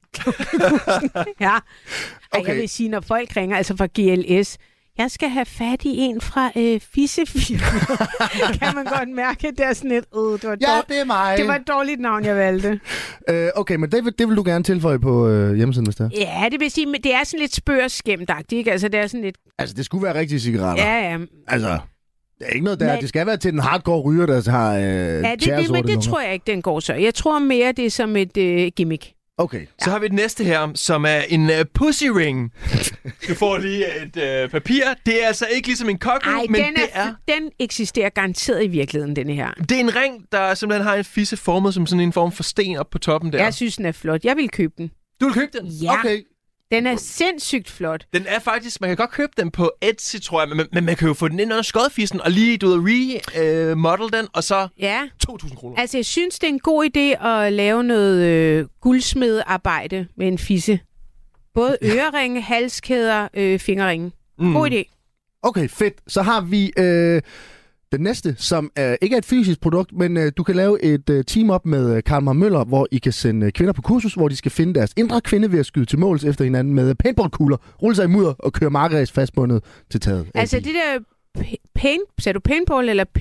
Ja.
Okay.
Jeg vil sige, når folk ringer, altså fra GLS... Jeg skal have fat i en fra Fissefirmaet. Kan man godt mærke, at det er sådan et...
det er mig.
Det var et dårligt navn, jeg valgte.
Okay, men det vil du gerne tilføje på hjemmesiden, hvis det er?
Ja, det vil sige, men det er sådan lidt spørskæmtagtigt, ikke? Altså, det er sådan lidt...
Altså, det skulle være rigtige cigaretter.
Ja.
Altså, der er ikke noget der. Det skal være til den hardcore ryger, der har
men det tror jeg ikke, den går så. Jeg tror mere, det er som et gimmick.
Okay.
Så har vi det næste her, som er en pussy ring. Du får lige et papir. Det er altså ikke ligesom en kokkel, men
den eksisterer garanteret i virkeligheden, denne her.
Det er en ring, der simpelthen har en fisse formet som sådan en form for sten op på toppen der.
Jeg synes, den er flot. Jeg vil købe den.
Du vil købe den?
Ja.
Okay.
Den er sindssygt flot.
Den er faktisk, man kan godt købe den på Etsy, tror jeg, men man kan jo få den ind under skodfissen og lige, remodel den, og så 2.000 kroner.
Altså, jeg synes, det er en god idé at lave noget guldsmedearbejde med en fisse. Både øreringe, halskæder, fingerringe. God idé.
Okay, fedt. Så har vi den næste, som ikke er et fysisk produkt, men du kan lave et team op med Karl Møller, hvor I kan sende kvinder på kursus, hvor de skal finde deres indre kvinde ved at skyde til måls efter hinanden med paintballkugler, rulle sig i mudder og køre markeræs fastbundet til taget.
Altså det der sagde du paintball eller pin?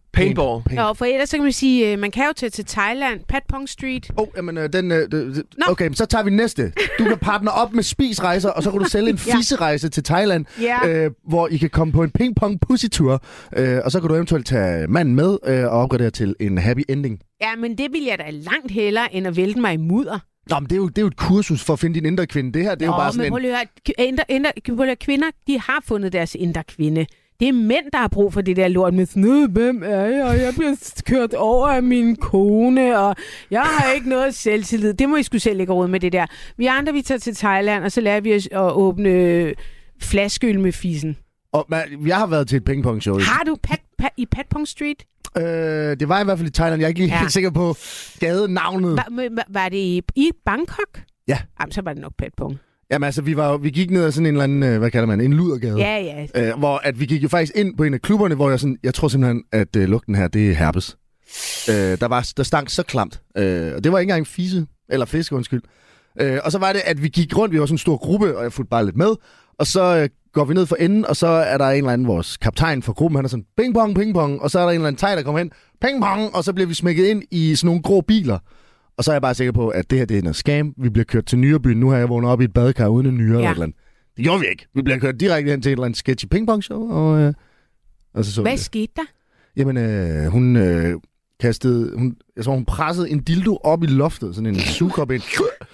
Paintball.
Nå, for ellers så kan man sige, man kan jo tage til Thailand, Patpong Street.
Jamen, okay, men så tager vi næste. Du kan partner op med spisrejser, og så kan du sælge en fisserejse til Thailand, hvor I kan komme på en ping-pong pussy-tur, og så kan du eventuelt tage manden med og opgradere til en happy ending.
Ja, men det vil jeg da langt hellere, end at vælte mig i mudder.
Nå, men det er jo et kursus for at finde din indre kvinde. Det her, det er jo bare sådan
men kvinder, de har fundet deres indre kvinde. Det er mænd, der har brug for det der lort med sådan, hvem er jeg, og jeg bliver kørt over af min kone, og jeg har ikke noget selvtillid. Det må I sgu selv ikke råd med det der. Vi andre, vi tager til Thailand, og så lærer vi os at åbne flaskeøl med fissen.
Og jeg har været til et pingpong-show.
Har du i Patpong Street?
Det var i hvert fald i Thailand. Jeg er ikke lige helt sikker på gadenavnet.
Var det i Bangkok?
Ja.
Jamen, så var det nok Patpong.
Jamen altså, vi gik ned ad sådan en eller anden, hvad kalder man, en ludergade.
Ja.
Hvor at vi gik jo faktisk ind på en af klubberne, hvor jeg tror simpelthen, at lugten her, det er herpes. Der stank så klamt. Og det var ikke engang fisse, eller fisk, undskyld. Og så var det, at vi gik rundt, vi var sådan en stor gruppe, og jeg fulgte bare lidt med. Og så går vi ned for enden, og så er der en eller anden, vores kaptajn for gruppen, han er sådan, ping-pong, ping-pong. Og så er der en eller anden thai, der kommer hen, ping-pong, og så bliver vi smækket ind i sådan nogle grå biler. Og så er jeg bare sikker på, at det her det er noget scam. Vi bliver kørt til Nyrebyen. Nu har jeg vågnet op i et badekar uden en nyre eller et eller andet. Det gjorde vi ikke. Vi bliver kørt direkte hen til et eller andet sketchy pingpong-show. Og så
hvad skete der?
Jamen, hun kastede... Jeg tror, hun pressede en dildo op i loftet. Sådan en sugekop ind.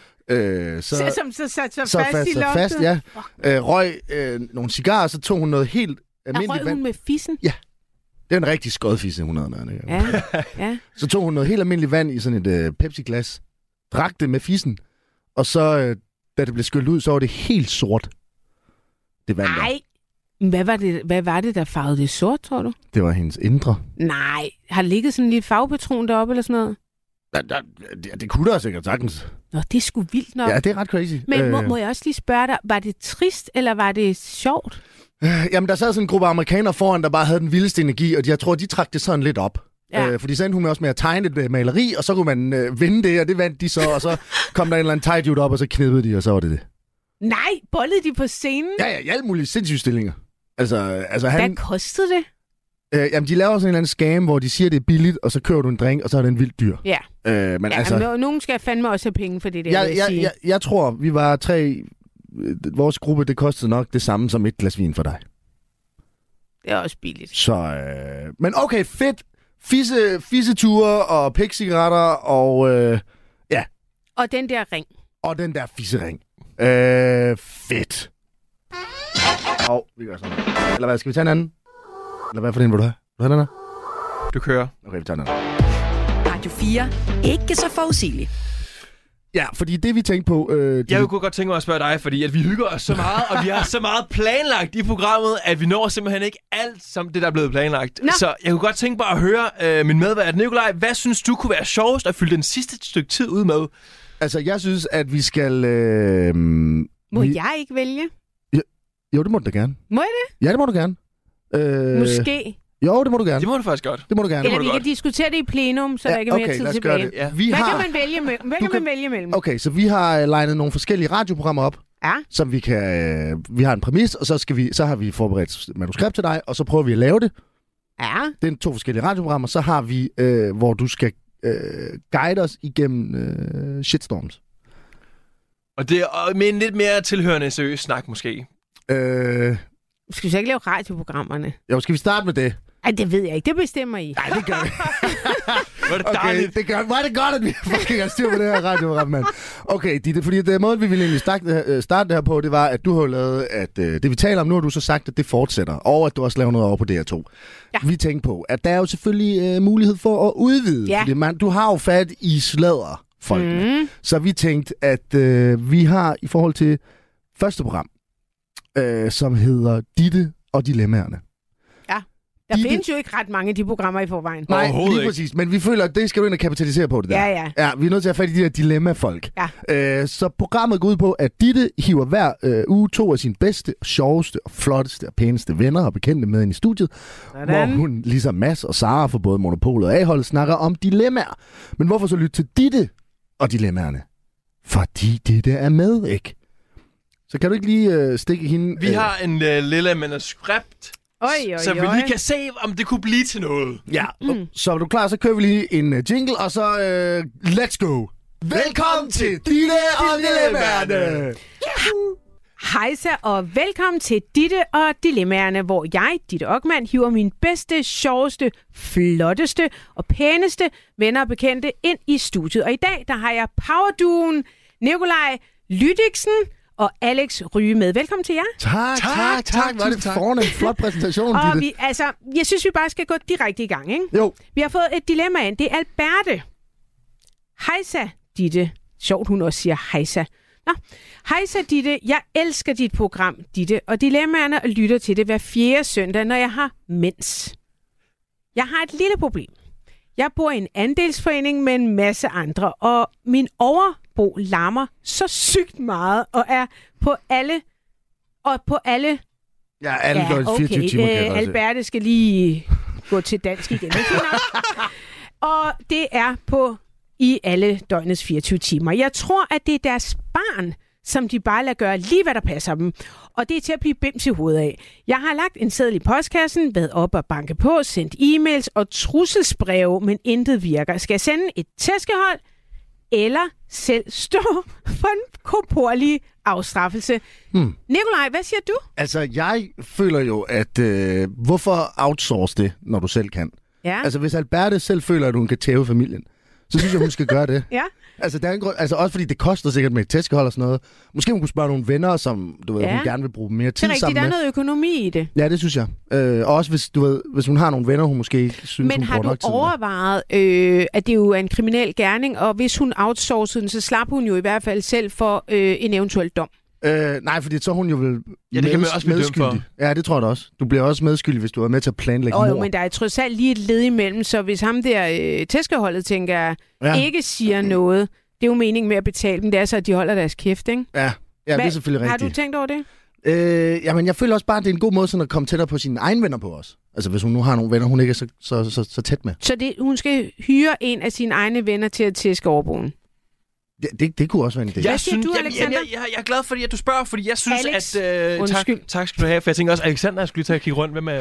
Så fast i loftet?
Fast, ja. Røg nogle cigarer, så tog hun noget helt almindeligt vand.
Røg hun med fissen?
Ja. Det er en rigtig skodfisse, hun havde.
Ja.
Så tog hun noget helt almindeligt vand i sådan et Pepsi-glas, drak det med fissen, og så, da det blev skyllet ud, så var det helt sort. Det vand.
Nej. Hvad var det, der farvede det sort, tror du?
Det var hendes indre.
Nej. Har der ligget sådan en lille farvepatron deroppe, eller sådan noget?
Det kunne der sikkert sagtens.
Nå, det er sgu vildt nok.
Ja, det er ret crazy.
Men må jeg også lige spørge dig, var det trist, eller var det sjovt?
Jamen, der sad sådan en gruppe amerikanere foran, der bare havde den vildeste energi, og jeg tror, de trak det sådan lidt op.
Ja.
Fordi så endte hun med også med at tegne et maleri, og så kunne man vinde det, og det vandt de så, og så kom der en eller anden tight dude op, og så knippede de, og så var det det.
Nej, bollede de på scenen?
Ja, i alle mulige sindssyge stillinger. Altså,
hvad kostede det?
Jamen, de laver sådan en eller anden scam, hvor de siger, det er billigt, og så kører du en drink, og så er det en vild dyr.
Ja.
Men altså,
nogen skal fandme også have penge for det der,
jeg tror, vi var 3... Vores gruppe, det kostede nok det samme som et glas vin for dig.
Det er også billigt.
Så, men okay, fedt. Fisseture og pikcigaretter og ja.
Og den der ring.
Og den der fissering. Fedt. Vi gør sådan. Eller hvad, skal vi tage en anden? Eller hvad for den vil du have? Vil du have den her?
Du kører.
Okay, vi tager den her.
Radio 4. Ikke så forudsigeligt.
Ja, fordi det vi tænkte på...
Jeg kunne godt tænke mig at spørge dig, fordi at vi hygger os så meget, og vi har så meget planlagt i programmet, at vi når simpelthen ikke alt som det, der er blevet planlagt.
Nå.
Så jeg kunne godt tænke mig at høre min medvært Nikolaj, hvad synes du kunne være sjovest at fylde den sidste stykke tid ud med?
Altså, jeg synes, at vi skal...
Må jeg ikke vælge?
Jo, det må du da gerne.
Må jeg det?
Ja, det må du gerne.
Måske.
Jo, det må du gerne.
Det må du faktisk godt.
Det må du gerne.
Eller vi kan diskutere det i plenum, så der ikke er mere tid tilbage.
Det.
Ja.
Hvad
kan man vælge man vælge mellem?
Okay, så vi har legnet nogle forskellige radioprogrammer op, som vi kan... vi har en præmis, og så har vi forberedt manuskript til dig, og så prøver vi at lave det.
Ja.
Det er 2 forskellige radioprogrammer. Så har vi, hvor du skal guide os igennem shitstorms.
Og det er med en lidt mere tilhørende seriøs snak, måske.
Skal vi så ikke lave radioprogrammerne?
Jo, skal vi starte med det?
Ej, det ved jeg ikke. Det bestemmer I.
Nej, det gør vi.
Var det dejligt?
Var det godt, at vi fucking har styr på det her radioprogram, mand. Okay, fordi det måde, vi ville egentlig starte det her på, det var, at du har lavet, at det vi taler om nu, har du så sagt, at det fortsætter, og at du også laver noget over på DR2. Ja. Vi tænker på, at der er jo selvfølgelig mulighed for at udvide, fordi du har jo fat i sladder, folkene. Så vi tænkte, at vi har i forhold til første program, som hedder Ditte og Dilemmaerne.
Der findes jo ikke ret mange af de programmer i forvejen.
Nej, lige præcis. Men vi føler, at det skal du ind og kapitalisere på det der.
Ja,
vi er nødt til at have fat i de der dilemmafolk.
Ja.
Så programmet går ud på, at Ditte hiver hver uge 2 af sine bedste, sjoveste, og flotteste og pæneste venner og bekendte med ind i studiet. Sådan. Hvor hun, ligesom Mads og Sara for både Monopolet og A-holdet, snakker om dilemmaer. Men hvorfor så lytte til Ditte og dilemmaerne? Fordi Ditte er med, ikke? Så kan du ikke lige stikke hende...
Vi har en lille manuskript Så vi lige kan se, om det kunne blive til noget.
Ja, så er du klar, så kører vi lige en jingle, og så let's go. Velkommen til Ditte og Dilemmaerne.
Hejsa og velkommen til Ditte og Dilemmaerne, hvor jeg, Ditte Okman, hiver mine bedste, sjoveste, flotteste og pæneste venner og bekendte ind i studiet. Og i dag, der har jeg powerduoen Nikolaj Lydiksen og Alex Ryge med. Velkommen til jer.
Tak. Var det foran en flot præsentation,
og
Ditte.
jeg synes, vi bare skal gå direkte i gang, ikke?
Jo.
Vi har fået et dilemma ind. Det er Alberte. Hejsa, Ditte. Sjovt, hun også siger hejsa. Nå. Hejsa, Ditte. Jeg elsker dit program, Ditte, og dilemmaerne og lytter til det hver 4. søndag, når jeg har mens. Jeg har et lille problem. Jeg bor i en andelsforening med en masse andre, og min overbo larmer så sygt meget og er på alle...
Ja, alle døgns 24 timer kan jeg godt se.
Alberte skal lige gå til dansk igen. Og det er på i alle døgnets 24 timer. Jeg tror, at det er deres barn, som de bare lader gøre lige, hvad der passer dem. Og det er til at blive bims i hovedet af. Jeg har lagt en seddel i postkassen, været op og banke på, sendt e-mails og trusselsbreve, men intet virker. Skal jeg sende et tæskehold, eller selv stå for en korporlig afstraffelse? Nikolaj, hvad siger du?
Altså, jeg føler jo, at hvorfor outsource det, når du selv kan?
Ja.
Altså, hvis Alberte selv føler, at hun kan tæve familien, så synes jeg, hun skal gøre det.
Ja.
Altså, der er en grund, altså, også fordi det koster sikkert med et tæskehold og sådan noget. Måske hun kunne spørge nogle venner, som hun gerne vil bruge mere tid sammen med.
Det er rigtigt, der er noget økonomi i det.
Ja, det synes jeg. Og også hvis hun har nogle venner, hun måske ikke synes,
men
hun bruger nok tid.
Men har du overvejet, at det jo er en kriminel gerning, og hvis hun outsourcede den, så slap hun jo i hvert fald selv for en eventuel dom?
Nej, fordi så hun jo vil
det kan man også blive dømt for.
Ja, det tror jeg da også. Du bliver også medskyldig, hvis du er med til at planlægge mord.
Jo, men der er trods alt lige et led imellem, så hvis ham der tæskeholdet, tænker jeg, ikke siger noget, det er jo meningen med at betale dem, det er så, at de holder deres kæft, ikke?
Ja, det er selvfølgelig rigtigt.
Har du tænkt over det?
Jamen, jeg føler også bare, at det er en god måde sådan at komme tættere på sine egne venner på os. Altså, hvis hun nu har nogle venner, hun ikke er så tæt med.
Så hun skal hyre en af sine egne venner til at tæske overboen?
Det kunne også være en idé.
Hvad siger du, Alexander?
Jeg er glad for, at du spørger, fordi jeg synes,
Alex,
tak skal du have, for jeg tænker også, Alexander, jeg skulle lige tage og kigge rundt. Hvor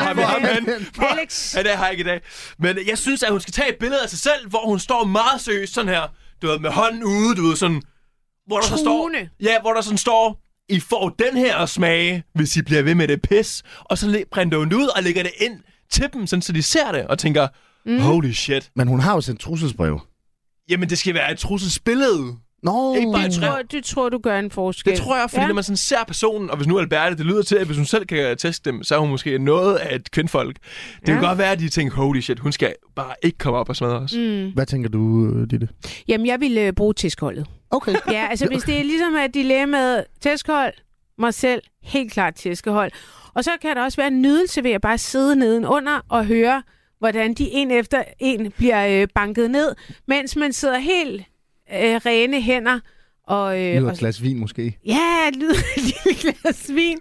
har
Alex.
Ja, det har jeg ikke i dag. Men jeg synes, at hun skal tage et billede af sig selv, hvor hun står meget seriøst sådan her, du ved, med hånden ude, du ved, sådan, hvor der så står, hvor der sådan står, I får den her smage, hvis I bliver ved med det pis, og så printer hun det ud og lægger det ind til dem, sådan, så de ser det og tænker, holy shit.
Men hun har jo sendt trusselsbrev.
Jamen, det skal være et trusselsbillede.
Nå,
det tror du gør en forskel.
Det tror jeg, fordi når man sådan ser personen, og hvis nu Alberte, det lyder til, at hvis hun selv kan teste dem, så er hun måske noget af et kvindfolk. Det kan godt være, at de tænker, holy shit, hun skal bare ikke komme op og smadre os.
Hvad tænker du, Ditte?
Jamen, jeg vil bruge tæskholdet.
Okay.
Ja, altså hvis det er ligesom et dilemmaet tæskhold, mig selv, helt klart tæskehold. Og så kan der også være en nydelse ved at bare sidde nedenunder og høre, hvordan de en efter en bliver banket ned, mens man sidder helt rene hænder.
Lyder et glas vin måske.
Ja, lyder et lille glas vin.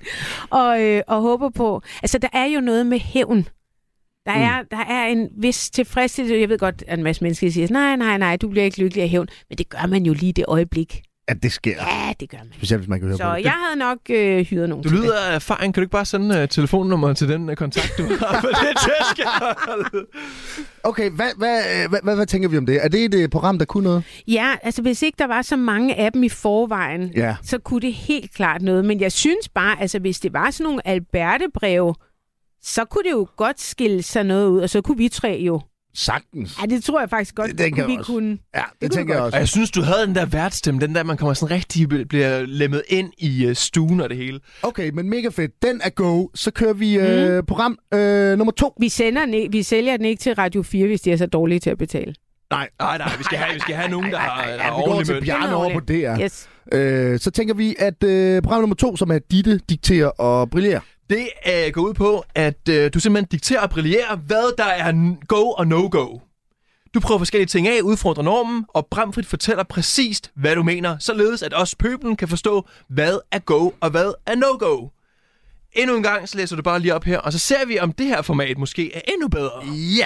Og håber på... Altså, der er jo noget med hævn. Der er en vis tilfredsstillelse. Jeg ved godt, at en masse mennesker siger, nej, du bliver ikke lykkelig af hævn. Men det gør man jo lige det øjeblik.
At det sker.
Ja, det gør man.
Specielt hvis man kan høre
så
på det.
Jeg havde nok hyret nogen.
Du lyder af erfaring. Kan du ikke bare sende telefonnummer til den kontakt, du har med det tæskehold?
Okay, hvad tænker vi om det? Er det et program, der kunne noget?
Ja, altså hvis ikke der var så mange af dem i forvejen, så kunne det helt klart noget. Men jeg synes bare, altså hvis det var sådan nogle Alberte-breve, så kunne det jo godt skille sig noget ud, og så kunne vi 3 jo.
Sagtens.
Ja, det tror jeg faktisk godt, vi kunne.
Ja, det tænker jeg også.
Og jeg synes, du havde den der værtsstemme, den der, man kommer sådan rigtig, bliver lemmet ind i stuen og det hele.
Okay, men mega fedt. Den er go. Så kører vi program nummer 2.
Vi sælger den ikke til Radio 4, hvis de er så dårlige til at betale.
Nej.
Vi skal have nogen, der har
vi går til Bjarne over på DR.
Yes.
Så tænker vi, at program nummer 2, som er Ditte, dikterer og brillerer.
Det går ud på, at du simpelthen dikterer og brillerer, hvad der er go og no-go. Du prøver forskellige ting af, udfordrer normen, og bramfrit fortæller præcist, hvad du mener, således at os pøblen kan forstå, hvad er go og hvad er no-go. Endnu en gang, så læser du bare lige op her, og så ser vi, om det her format måske er endnu bedre.
Ja!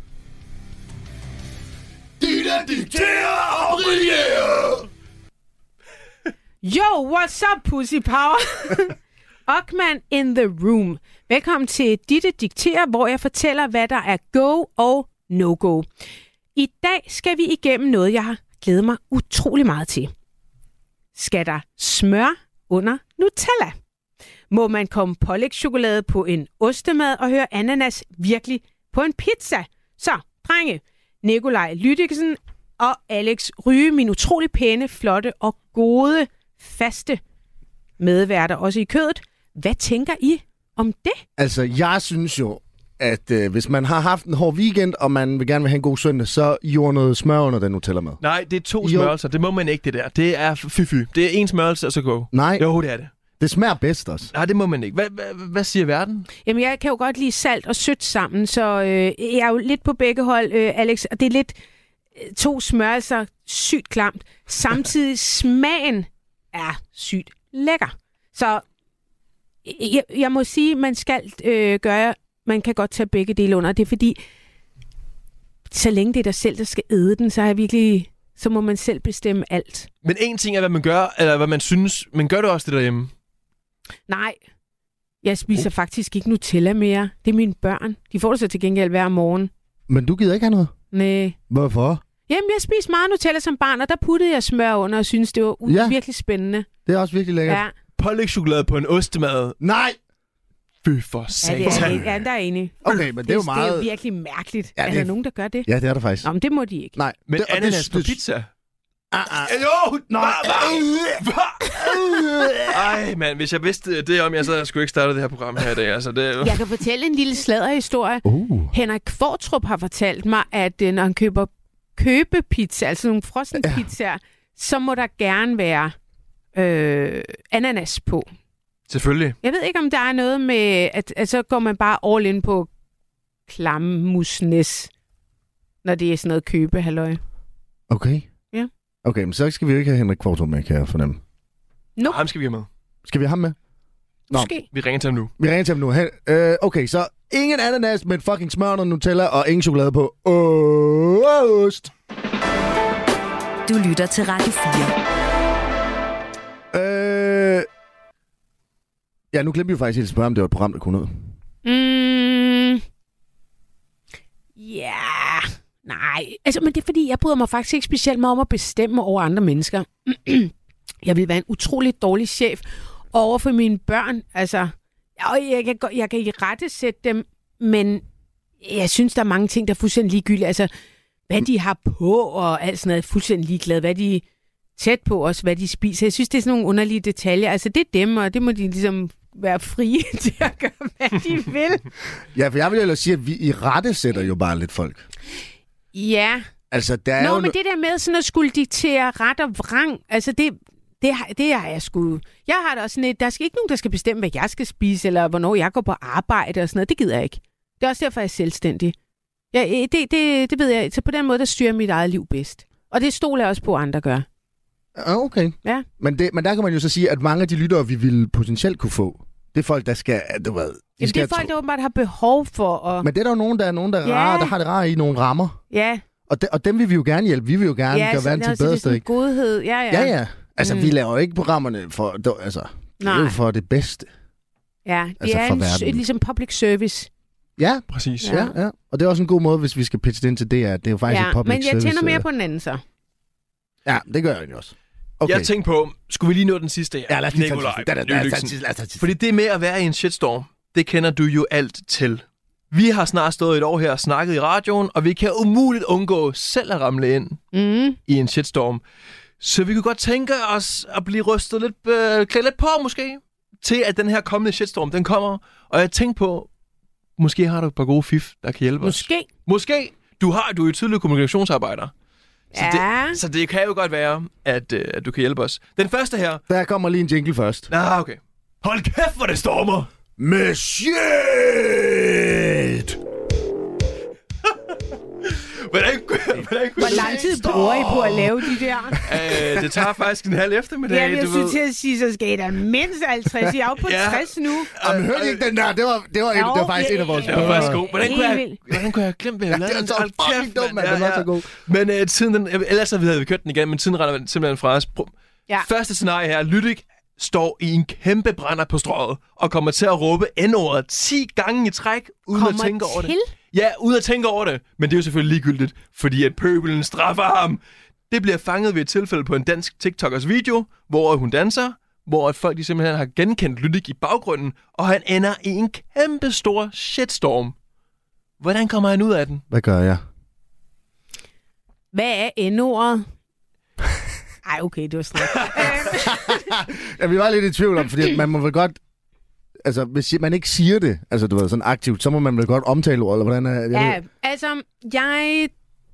Ditte dikterer og brillerer!
Yo, what's up, pussy power? Ochman in the room. Velkommen til Ditte Dikterer, hvor jeg fortæller, hvad der er go og no-go. I dag skal vi igennem noget, jeg har glædet mig utrolig meget til. Skal der smør under Nutella? Må man komme pålægschokolade på en ostemad og høre ananas virkelig på en pizza? Så, drenge, Nikolaj Lydiksen og Alex Ryge, min utrolig pæne, flotte og gode, faste medværter også i kødet. Hvad tænker I om det?
Altså, jeg synes jo, at hvis man har haft en hård weekend, og man vil gerne have en god søndag, så jord noget smør under den Nutella med.
Nej, det er 2 smørelser. Det må man ikke, det der. Det er fy. Det er 1 smørelse, og så go.
Nej.
Jo, det er det.
Det smager bedst også.
Nej, det må man ikke. Hvad siger verden?
Jamen, jeg kan jo godt lide salt og sødt sammen, så jeg er jo lidt på begge hold, Alex. Og det er lidt 2 smørelser, sygt klamt. Samtidig smagen er sygt lækker. Så jeg må sige, man skal gøre, man kan godt tage begge dele under. Det er fordi, så længe det er dig selv, der skal æde den, så må man selv bestemme alt.
Men en ting er, hvad man gør, eller hvad man synes, men gør du også det derhjemme?
Nej, jeg spiser faktisk ikke Nutella mere. Det er mine børn. De får det så til gengæld hver morgen.
Men du gider ikke have noget?
Nej.
Hvorfor?
Jamen, jeg spiste meget Nutella som barn, og der puttede jeg smør under og synes det var virkelig spændende.
Det er også virkelig lækkert.
Ja.
Pålægschokolade på en ostemad.
Nej!
Fy for satan.
Ja, der er enig.
Okay, men det er jo meget...
Det er virkelig mærkeligt.
Ja,
er der nogen, der gør det?
Ja, det er der faktisk.
Nå, men det må de ikke.
Nej.
Men ananas på pizza? Jo!
Nej.
Ej, mand, hvis jeg vidste det om jer, så skulle jeg ikke starte det her program her i dag. Altså, det...
Jeg kan fortælle en lille sladderhistorie. Henrik Kvartrup har fortalt mig, at når han køber købepizza, altså nogle frossen pizzaer, så må der gerne være ananas på.
Selvfølgelig.
Jeg ved ikke, om der er noget med, at så går man bare all in på klammusnes, når det er sådan noget købehalløj.
Okay.
Ja.
Okay, men så skal vi jo ikke have Henrik Kvartrup med, kan jeg fornemme.
Nope.
Ham skal vi have med.
Skal vi have ham med? Nå.
Måske.
Vi ringer til ham nu.
Vi ringer til ham nu. Okay, så ingen ananas, men fucking smør og Nutella, og ingen chokolade på ost.
Du lytter til Radio 4.
Ja, nu glemte vi faktisk helt at spørge, om det var et program, der kunne noget.
Ja, nej. Altså, men det er fordi, jeg bryder mig faktisk ikke specielt meget om at bestemme over andre mennesker. Jeg vil være en utrolig dårlig chef over for mine børn. Altså, jeg kan i rette sætte dem, men jeg synes, der er mange ting, der er fuldstændig ligegyldige. Altså, hvad de har på og alt sådan noget, er fuldstændig ligeglade. Hvad de er tæt på også, hvad de spiser. Jeg synes, det er sådan nogle underlige detaljer. Altså, det er dem, og det må de ligesom være frie til at gøre, hvad de vil.
Ja, for jeg vil jo sige, at vi i rette sætter jo bare lidt folk.
Ja.
Altså, der er
men det der med sådan at skulle diktere ret og vrang, altså det har jeg sgu... Jeg har da også sådan et, der skal ikke nogen, der skal bestemme, hvad jeg skal spise, eller hvornår jeg går på arbejde og sådan noget. Det gider jeg ikke. Det er også derfor, jeg er selvstændig. Ja, det ved jeg. Så på den måde, der styrer mit eget liv bedst. Og det stoler jeg også på, andre gør.
Okay.
Ja.
Men der kan man jo så sige, at mange af de lyttere, vi ville potentielt kunne få, det er folk, der skal... Du ved,
det er folk, der åbenbart har behov for at...
Men det er der jo nogen, der rare, der har det rare i nogle rammer.
Ja.
Og dem vil vi jo gerne hjælpe. Vi vil jo gerne gøre verden til et bedre sted.
Ja, godhed. Ja.
Altså, vi laver ikke programmerne for... Altså, det er jo for det bedste.
Ja, det
altså
er ligesom public service.
Ja,
præcis.
Ja. Og det er også en god måde, hvis vi skal pitche det ind til det, at det er jo faktisk et public service.
Men jeg tænder mere på den anden så.
Ja, det gør jeg jo også. Okay.
Jeg tænkte på, skulle vi lige nå den sidste her?
Ja, lad os lige
Nikolaj. Fordi det med at være i en shitstorm, det kender du jo alt til. Vi har snart stået et år her og snakket i radioen, og vi kan umuligt undgå selv at ramle ind i en shitstorm. Så vi kunne godt tænke os at blive rystet lidt, klædt lidt på måske, til at den her kommende shitstorm, den kommer. Og jeg tænkte på, måske har du et par gode fif, der kan hjælpe os. Måske. Du er jo tidligere kommunikationsarbejder. Så det kan jo godt være, at du kan hjælpe os. Den første her...
Der kommer lige en jingle først.
Okay. Hold kæft, hvor det stormer!
Med shit!
Hvor lang tid bruger I på at lave de der?
Det tager faktisk en halv eftermiddag.
Ja, jeg synes til at sige, så skal I da mindst 50. I er jo på 60 nu.
Jamen, hørte I ikke den der? Det var faktisk en af vores...
Det var faktisk god. Hvordan kunne jeg glemme, hvad jeg lavede?
Det var så fucking dumt, mand. Den var så god.
Men tiden, ellers havde vi kørt den igen, men tiden render simpelthen fra os. Første scenarie her. Lydik står i en kæmpe brænder på strøget og kommer til at råbe N-ordet 10 gange i træk, uden at tænke over det. Ja, uden at tænke over det. Men det er jo selvfølgelig ligegyldigt, fordi at pøbelen straffer ham. Det bliver fanget ved et tilfælde på en dansk TikTokers video, hvor hun danser, hvor folk de simpelthen har genkendt Lydik i baggrunden, og han ender i en kæmpe stor shitstorm. Hvordan kommer han ud af den?
Hvad gør jeg?
Hvad er N-ordet? Ej, okay, det var slet.
Ja, vi var lidt i tvivl om, fordi man må vel godt... Altså, hvis man ikke siger det, altså du ved, sådan aktivt, så må man vel godt omtale ordet, eller hvordan er det?
Ja, altså, jeg...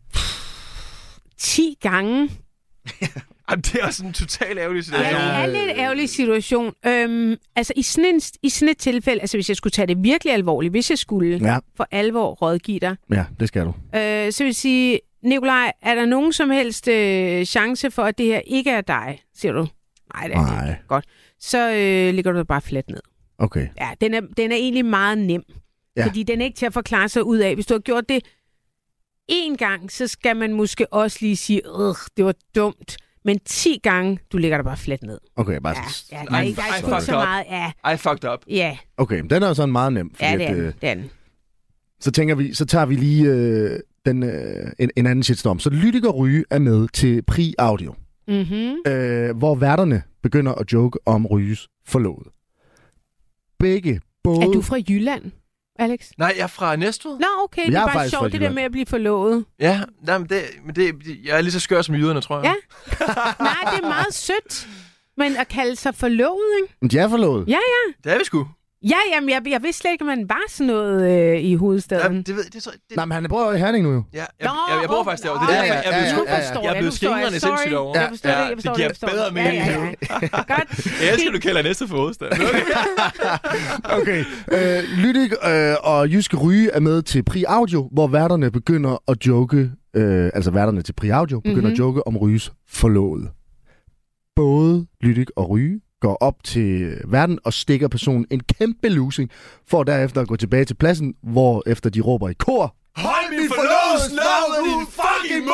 10 gange...
Jamen, det er også en total ærgerlig situation.
Ja, det er en lidt ærgerlig situation. Altså, i sådan et tilfælde, altså hvis jeg skulle tage det virkelig alvorligt, hvis jeg skulle for alvor rådgive dig...
Ja, det skal du.
Så vil jeg sige, Nikolaj, er der nogen som helst chance for, at det her ikke er dig, siger du? Nej, det er det. Godt. Så ligger du bare fladt ned.
Okay.
Ja, den er egentlig meget nem. Ja. Fordi den er ikke til at forklare sig ud af. Hvis du har gjort det én gang, så skal man måske også lige sige, det var dumt. Men 10 gange, du ligger der bare fladt ned.
Okay, bare...
Ja, der er ikke så meget. Ja.
I fucked up.
Ja.
Okay, den er jo sådan meget nem.
Ja, det er den.
Så tænker vi, så tager vi lige en anden shitstorm. Så Lydik og Ryge er med til Pri Audio.
Mm-hmm.
Hvor værterne begynder at joke om Ryges forlovede. Begge, både...
Er du fra Jylland, Alex?
Nej, jeg er fra Næstved.
Nå, okay, det er bare sjovt, det der med at blive forlovet.
Ja, men jeg er lige så skør som jyderne, tror jeg.
Ja. Nej, det er meget sødt. Men at kalde sig forlovet, ikke?
Men de er forlovet?
Ja.
Det er vi sgu.
Ja, jamen, jeg vidste slet ikke, at man var sådan noget i hovedstaden.
Ja,
Nej, men han bor i Herning nu jo.
Ja, jeg bor faktisk derovre. Det er derfor, jeg er blevet skingrende sindssygt over.
Jeg forstår det.
Det giver bedre mening nu.
Godt.
Jeg elsker, du kalder næste for hovedstaden.
Okay. Lydik og Jyske Ryge er med til Pri Audio, hvor værterne begynder at joke, altså værterne til Pri Audio begynder at joke om Ryges forlovede. Både Lydik og Ryge går op til verden og stikker personen en kæmpe losing, for derefter at gå tilbage til pladsen, hvor efter de råber i kor:
Hold min forlovedes navn ud i din fucking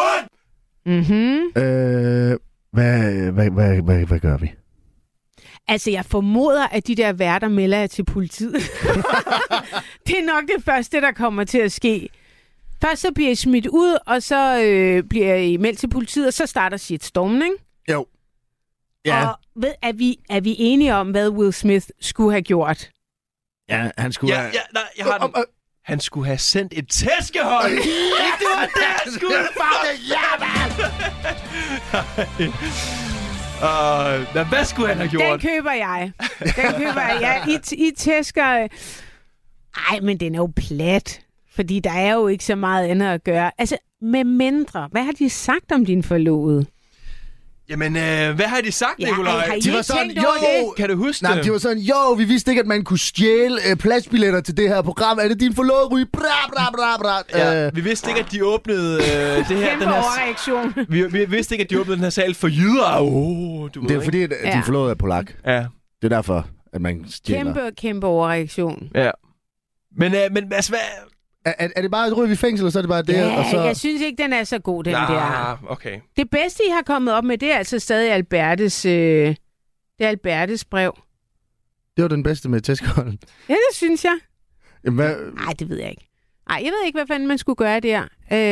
mund!
Hvad gør vi?
Altså, jeg formoder, at de der værter melder jer til politiet. Det er nok det første, der kommer til at ske. Først så bliver I smidt ud, og så bliver I meldt til politiet, og så starter shitstormen, ikke?
Jo. Ja.
Og er vi enige om, hvad Will Smith skulle have gjort?
Ja, han skulle
have... jeg har den. Han skulle have sendt et tæskehold. Det var det, han skulle have. Hvad skulle han have gjort?
Den køber jeg. Ja, I tæsker... Ej, men den er jo plat. Fordi der er jo ikke så meget andet at gøre. Altså, med mindre. Hvad har de sagt om din forlovede?
Jamen, hvad har de sagt, Nikolaj?
De var sådan,
kan du huske det?
De var sådan, vi vidste ikke, at man kunne stjæle pladsbilletter til det her program. Er det din forlovede, Ryge?
Ja, vi vidste ikke, at de åbnede det her...
Kæmpe overreaktion.
Vi vidste ikke, at de åbnede den her sal for jyder.
Det er fordi, at din forlovede er polak.
Ja.
Det er derfor, at man stjæler.
Kæmpe overreaktion.
Ja. Men altså, hvad...
Er det bare et ryg i fængsel, eller så er det bare det?
Ja,
og så...
jeg synes ikke, den er så god, den der.
Okay.
Det bedste, I har kommet op med, det er altså stadig Albertes brev.
Det var den bedste med tæskeholden.
Ja, det synes jeg.
Jamen,
Nej, det ved jeg ikke. Nej, jeg ved ikke, hvad fanden man skulle gøre der.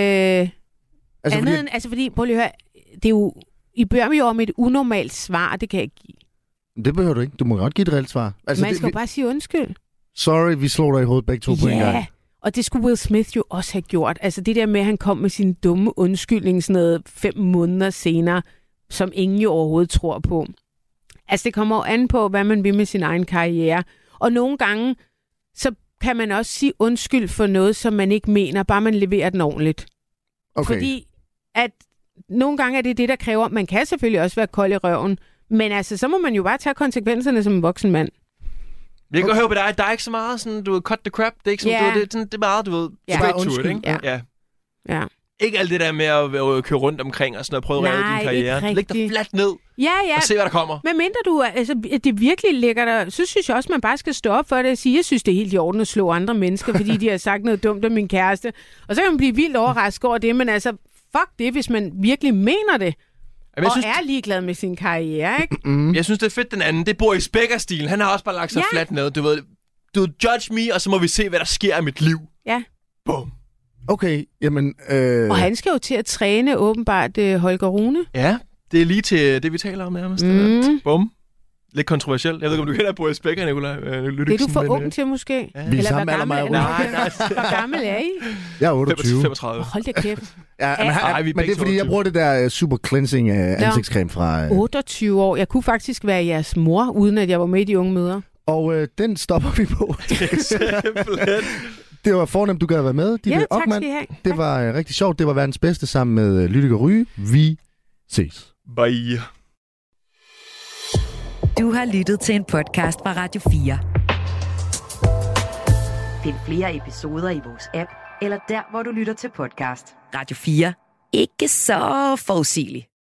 Fordi, prøv lige at høre, det er jo, I bør jo om et unormalt svar, det kan jeg ikke give.
Det behøver du ikke. Du må godt give et reelt svar. Altså,
man skal jo bare sige undskyld.
Sorry, vi slår dig i hovedet begge to på en gang.
Ja, og det skulle Will Smith jo også have gjort. Altså det der med, at han kom med sin dumme undskyldning sådan noget 5 måneder senere, som ingen jo overhovedet tror på. Altså det kommer jo an på, hvad man vil med sin egen karriere. Og nogle gange, så kan man også sige undskyld for noget, som man ikke mener, bare man leverer den ordentligt.
Okay.
Fordi at nogle gange er det det, der kræver, man kan selvfølgelig også være kold i røven, men altså så må man jo bare tage konsekvenserne som en voksen mand.
Jeg kan høre på dig, der er ikke så meget sådan, du ved, cut the crap. Det er ikke sådan, det er meget, du ved, straight to it, ikke?
Ja.
Ikke alt det der med at køre rundt omkring og sådan noget, prøve at redde din karriere. Læg dig fladt ned og se, hvad der kommer.
Men mindre du, altså, det virkelig ligger der, så synes jeg også, man bare skal stå op for det og sige, jeg synes, det er helt i orden at slå andre mennesker, fordi de har sagt noget dumt om min kæreste. Og så kan man blive vildt overrasket over det, men altså, fuck det, hvis man virkelig mener det.
Jamen,
og er ligeglad med sin karriere, ikke?
Jeg synes, det er fedt den anden. Det bor i Spækker-stilen. Han har også bare lagt sig fladt ned. Du ved, judge me, og så må vi se, hvad der sker i mit liv.
Ja.
Bum.
Okay, jamen...
Og han skal jo til at træne åbenbart Holger Rune.
Ja, det er lige til det, vi taler om nærmest. Bum. Lidt kontroversielt. Jeg ved ikke, om du kender Boris Becker, Nicolaj Lydiksen.
Det er du for ung til, måske?
Vi er samme alder, mig.
Hvor gammel er I?
Jeg er 28.
35.
Hold da kæft.
Ja, men det er, fordi jeg bruger det der super cleansing ansigtscreme fra...
28 år. Jeg kunne faktisk være jeres mor, uden at jeg var med i de unge møder.
Og den stopper vi på. Det var fornemt, du gad være med.
Ja, tak skal I have.
Det var rigtig sjovt. Det var verdens bedste sammen med Lydik og Ryge. Vi ses.
Bye.
Du har lyttet til en podcast fra Radio 4.
Find flere episoder i vores app, eller der, hvor du lytter til podcast.
Radio 4. Ikke så forudsigeligt.